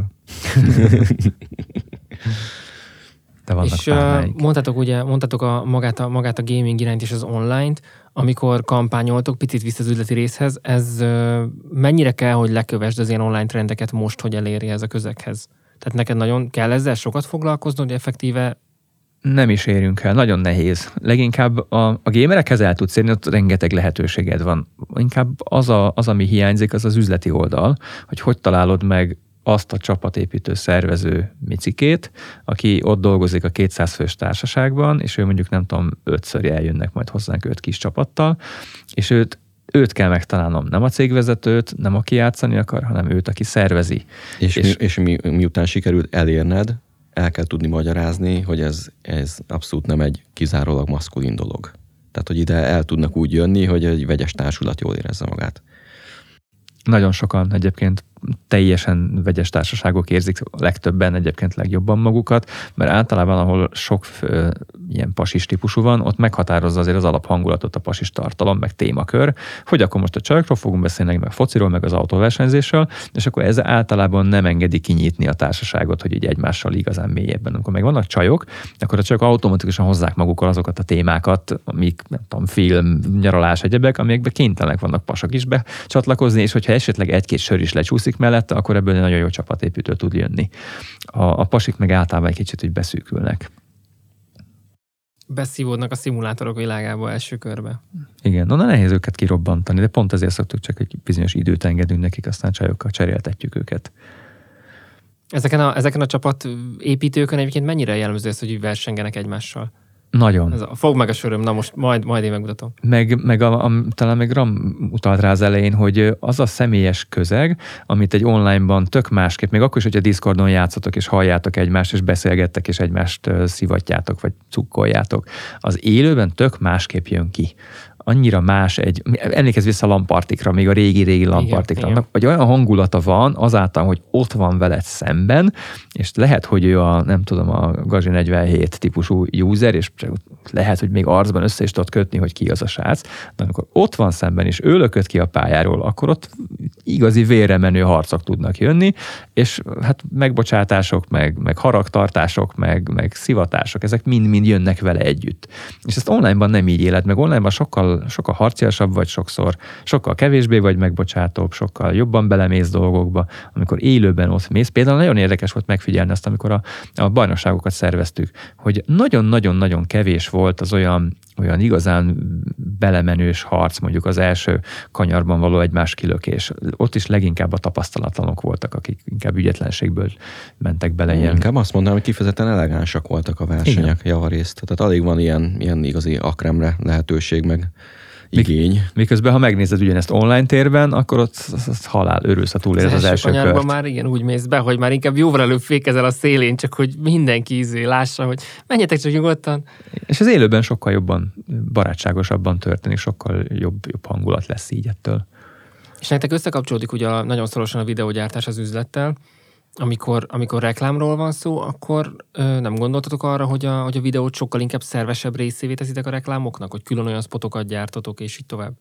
De vannak és uh, mondtátok ugye, mondtátok a, magát, a, magát a gaming irányt és az online-t, amikor kampányoltok, picit vissza az üzleti részhez, ez uh, mennyire kell, hogy lekövesd az ilyen online trendeket most, hogy elérje ez a közeghez? Tehát neked nagyon kell ezzel sokat foglalkoznod, hogy effektíve nem is érünk el, nagyon nehéz. Leginkább a, a gamerekhez el tudsz érni, ott rengeteg lehetőséged van. Inkább az, a, az, ami hiányzik, az az üzleti oldal, hogy hogy találod meg azt a csapatépítő szervező micikét, aki ott dolgozik a kétszáz fős társaságban, és ő mondjuk nem tudom, ötször eljönnek majd hozzánk öt kis csapattal, és őt őt kell megtalálnom, nem a cégvezetőt, nem aki játszani akar, hanem őt, aki szervezi. És, és, mi, és mi, miután sikerült elérned, el kell tudni magyarázni, hogy ez, ez abszolút nem egy kizárólag maszkulin dolog. Tehát, hogy ide el tudnak úgy jönni, hogy egy vegyes társulat jól érezze magát. Nagyon sokan egyébként teljesen vegyes társaságok érzik a legtöbben egyébként legjobban magukat, mert általában, ahol sok ö, ilyen pasis típusú van, ott meghatározza azért az alaphangulatot a pasis tartalom, meg témakör, hogy akkor most a csajokról fogunk beszélni, meg fociról, meg az autóversenyzésről, és akkor ez általában nem engedi kinyitni a társaságot, hogy így egymással igazán mélyebben. Amikor meg vannak csajok, akkor a csajok automatikusan hozzák magukkal azokat a témákat, amik, nem tudom, film, nyaralás, egyebek, amikbe kénytelenek vannak pasok is becsatlakozni, és hogyha esetleg egy-két sör is lecsúszik mellette, akkor ebből egy nagyon jó csapatépítő tud jönni. A, a pasik meg általában egy kicsit úgy beszűkülnek. Beszívódnak a szimulátorok világába első körbe. Igen, onnan nehéz őket kirobbantani, de pont ezért szoktuk csak egy bizonyos időt engedünk nekik, aztán csajokkal cseréltetjük őket. Ezeken a, ezeken a csapatépítőkön egyébként mennyire jellemző ez, hogy versengenek egymással? Nagyon. Ez a, fogd meg a söröm, na most majd, majd én megmutatom. Meg, meg a, a, talán meg Ram utalt rá az elején, hogy az a személyes közeg, amit egy online-ban tök másképp, még akkor is, hogyha Discordon játszotok, és halljátok egymást, és beszélgettek, és egymást szivatjátok, vagy cukkoljátok, az élőben tök másképp jön ki. Annyira más egy, emlékezz vissza a lampartikra, még a régi-régi lampartikra, igen, vagy olyan hangulata van azáltal, hogy ott van veled szemben, és lehet, hogy ő a, nem tudom, a Gazi negyvenhét típusú user, és lehet, hogy még arcban össze is tudod kötni, hogy ki az a srác, de amikor ott van szemben, és ő lökött ki a pályáról, akkor ott igazi vérre menő harcok tudnak jönni, és hát megbocsátások, meg, meg haragtartások, meg, meg szivatások, ezek mind-mind jönnek vele együtt. És ezt online-ban nem így éled, meg online-ban sokkal sokkal harciasabb vagy sokszor, sokkal kevésbé vagy megbocsátóbb, sokkal jobban belemész dolgokba, amikor élőben ott mész. Például nagyon érdekes volt megfigyelni azt, amikor a, a bajnokságokat szerveztük, hogy nagyon-nagyon-nagyon kevés volt az olyan, olyan igazán belemenős harc, mondjuk az első kanyarban való egymás kilökés. Ott is leginkább a tapasztalatlanok voltak, akik inkább ügyetlenségből mentek bele. Ilyen. Inkább azt mondanám, hogy kifejezetten elegánsak voltak a versenyek javarészt. Tehát alig van ilyen, ilyen igazi akremre lehetőség, meg igény. Miközben, ha megnézed ugyanezt online térben, akkor ott az, az halál, örülsz, ha túléled az, az első kört. Már igen úgy mész be, hogy már inkább jóval előbb fékezel a szélén, csak hogy mindenki ízé lássa, hogy menjetek csak nyugodtan. És az élőben sokkal jobban, barátságosabban történik, sokkal jobb, jobb hangulat lesz így ettől. És nektek összekapcsolódik ugye a, nagyon szorosan a videógyártás az üzlettel. Amikor, amikor reklámról van szó, akkor ö, nem gondoltatok arra, hogy a, hogy a videót sokkal inkább szervesebb részévé teszitek a reklámoknak, hogy külön olyan spotokat gyártotok, és így tovább?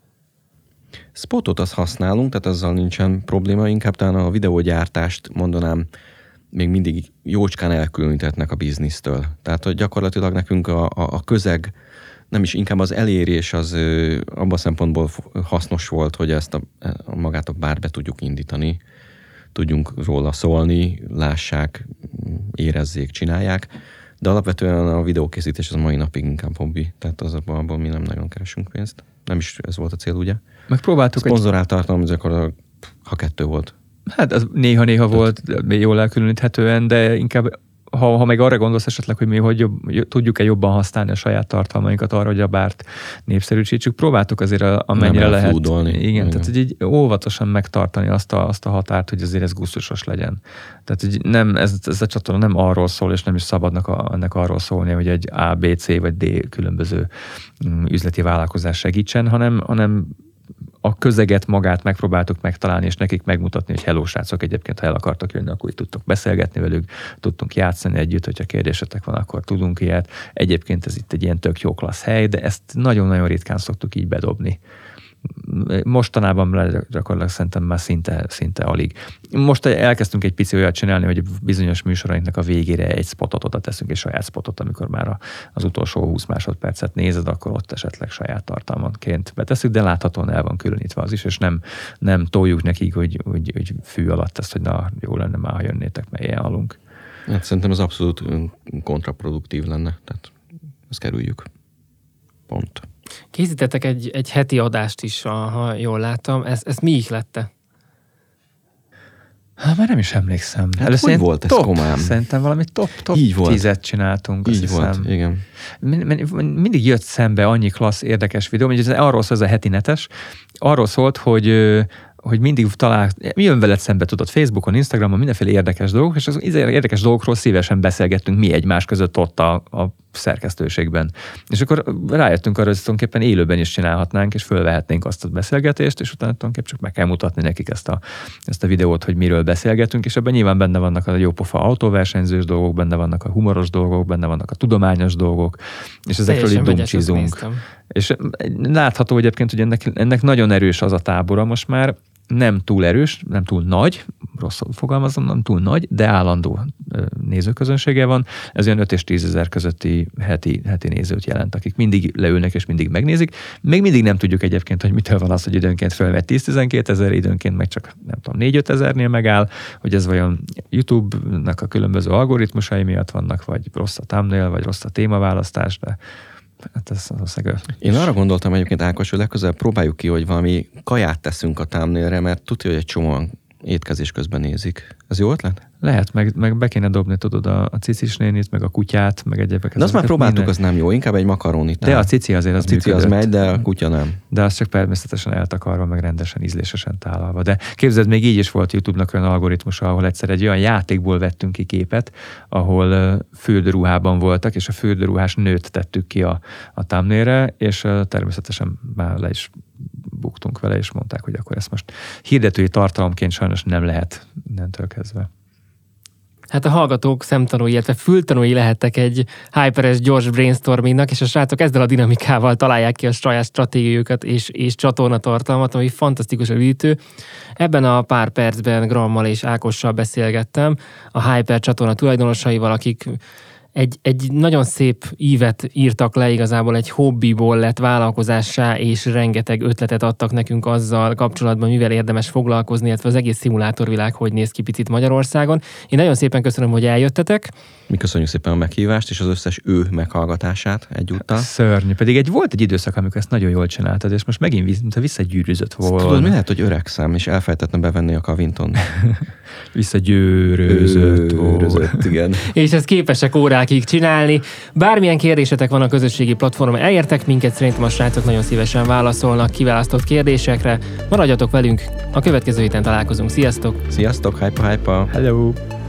Spotot azt használunk, tehát azzal nincsen probléma, inkább talán a videógyártást mondanám, még mindig jócskán elkülönítettnek a biznisztől. Tehát, hogy gyakorlatilag nekünk a, a, a közeg nem is, inkább az elérés az ö, abban a szempontból hasznos volt, hogy ezt a, a magátok bárbe tudjuk indítani, tudjunk róla szólni, lássák, érezzék, csinálják, de alapvetően a videókészítés az a mai napig inkább hobbi, tehát az abban mi nem nagyon keresünk pénzt. Nem is ez volt a cél, ugye? Megpróbáltuk szponzorált tartalom, ez akkor ha kettő volt. Hát az néha-néha volt, jól elkülöníthetően, de inkább ha, ha meg arra gondolsz esetleg, hogy mi hogy jobb, tudjuk-e jobban használni a saját tartalmainkat arra, hogy a bárt népszerűsítsük, próbáltuk azért amennyire lehet. Igen, Igen, tehát hogy így óvatosan megtartani azt a, azt a határt, hogy azért ez gusztusos legyen. Tehát hogy nem, ez, ez a csatorna nem arról szól, és nem is szabadnak a, ennek arról szólni, hogy egy A, B, C vagy D különböző üzleti vállalkozás segítsen, hanem, hanem a közeget magát megpróbáltuk megtalálni, és nekik megmutatni, hogy hello srácok, egyébként ha el akartak jönni, akkor így tudtok beszélgetni velük, tudtunk játszani együtt, hogyha kérdésetek van, akkor tudunk ilyet. Egyébként ez itt egy ilyen tök jó klassz hely, de ezt nagyon-nagyon ritkán szoktuk így bedobni. Mostanában gyakorlatilag szerintem már szinte, szinte alig. Most elkezdtünk egy pici olyat csinálni, hogy bizonyos műsorainknak a végére egy spotot oda teszünk, egy saját spotot, amikor már az utolsó húsz másodpercet nézed, akkor ott esetleg saját tartalmanként beteszünk, de láthatóan el van különítve az is, és nem, nem toljuk nekik, hogy, hogy, hogy fű alatt ezt, hogy na, jó lenne már, ha jönnétek, mert ilyen alunk. Hát szerintem ez abszolút kontraproduktív lenne, tehát ezt kerüljük. Pont. Készítettek egy, egy heti adást is, ha jól láttam. Ez, ez mi ihlette? Hát már nem is emlékszem. Hát először hogy volt ez top, komám? Szerintem valami top, top tízet csináltunk. Így volt, hiszem. Igen. Mindig jött szembe annyi klassz, érdekes videó, hogy ez arról szól, ez a heti netes, arról szólt, hogy hogy mindig talál, jön veled szembe, tudod, Facebookon, Instagramon, mindenféle érdekes dolgok, és az érdekes dolgokról szívesen beszélgettünk mi egymás között ott a, a szerkesztőségben. És akkor rájöttünk arra, hogy tulajdonképpen élőben is csinálhatnánk, és fölvehetnénk azt a beszélgetést, és utána tulajdonképpen csak meg kell mutatni nekik ezt a, ezt a videót, hogy miről beszélgetünk, és ebben nyilván benne vannak a jópofa autóversenyzős dolgok, benne vannak a humoros dolgok, benne vannak a tudományos dolgok, és ezekről így domcsizunk. És látható egyébként, hogy ennek, ennek nagyon erős az a tábora most már, nem túl erős, nem túl nagy, rosszul fogalmazom, nem túl nagy, de állandó nézőközönsége van. Ez olyan öt és tízezer közötti heti, heti nézőt jelent, akik mindig leülnek és mindig megnézik. Még mindig nem tudjuk egyébként, hogy mitől van az, hogy időnként fölmegy tíz-tizenkét ezer, időnként meg csak nem tudom, négy-öt ezernél megáll, hogy ez vajon YouTube-nak a különböző algoritmusai miatt vannak, vagy rossz a thumbnail, vagy rossz a témaválasztás, de hát ez az Én arra gondoltam egyébként, Ákos, hogy legközelebb próbáljuk ki, hogy valami kaját teszünk a thumbnailre, mert tudja, hogy egy csomóan étkezés közben nézik. Ez jó ötlet? Lehet, meg, meg be kéne dobni, tudod, a, a cicis nénit, meg a kutyát, meg egyébként. De azt már próbáltuk, minden... az nem jó, inkább egy makaronit. De a cici azért az A cici az megy, de a kutya nem. De az csak természetesen eltakarva, meg rendesen, ízlésesen tálalva. De képzeld, még így is volt YouTube-nak olyan algoritmusa, ahol egyszer egy olyan játékból vettünk ki képet, ahol fürdőruhában voltak, és a fürdőruhás nőt tettük ki a, a thumbnailre, és természetesen már le is buktunk vele, és mondták, hogy akkor ezt most hirdetői tartalomként sajnos nem lehet innentől kezdve. Hát a hallgatók szemtanúi, illetve fültanúi lehettek egy hyperes gyors brainstormingnak, és a srácok ezzel a dinamikával találják ki a saját stratégiájukat és, és csatornatartalmat, ami fantasztikusan üdítő. Ebben a pár percben Grammal és Ákossal beszélgettem, a Hyper csatorna tulajdonosaival, akik Egy, egy nagyon szép ívet írtak le, igazából egy hobbiból lett vállalkozássá, és rengeteg ötletet adtak nekünk azzal kapcsolatban, mivel érdemes foglalkozni, illetve az egész szimulátorvilág hogy néz ki picit Magyarországon. Én nagyon szépen köszönöm, hogy eljöttetek. Mi köszönjük szépen a meghívást, és az összes ő meghallgatását egyúttal. Szörnyű. Pedig egy volt egy időszak, amikor ezt nagyon jól csináltad, és most megint mintha visszagyűrűzött volna. Tudod, mi lehet, hogy öregszem, és elfelejtettem bevenni a Kavinton. Visszagyűrűzött volt. Igen. És ezt képesek órákig csinálni. Bármilyen kérdésetek van a közösségi platformon, elértek minket, szerintem a srácok nagyon szívesen válaszolnak kiválasztott kérdésekre. Maradjatok velünk, a következő héten találkozunk. Sziasztok! Sziasztok, hype hype. Hello!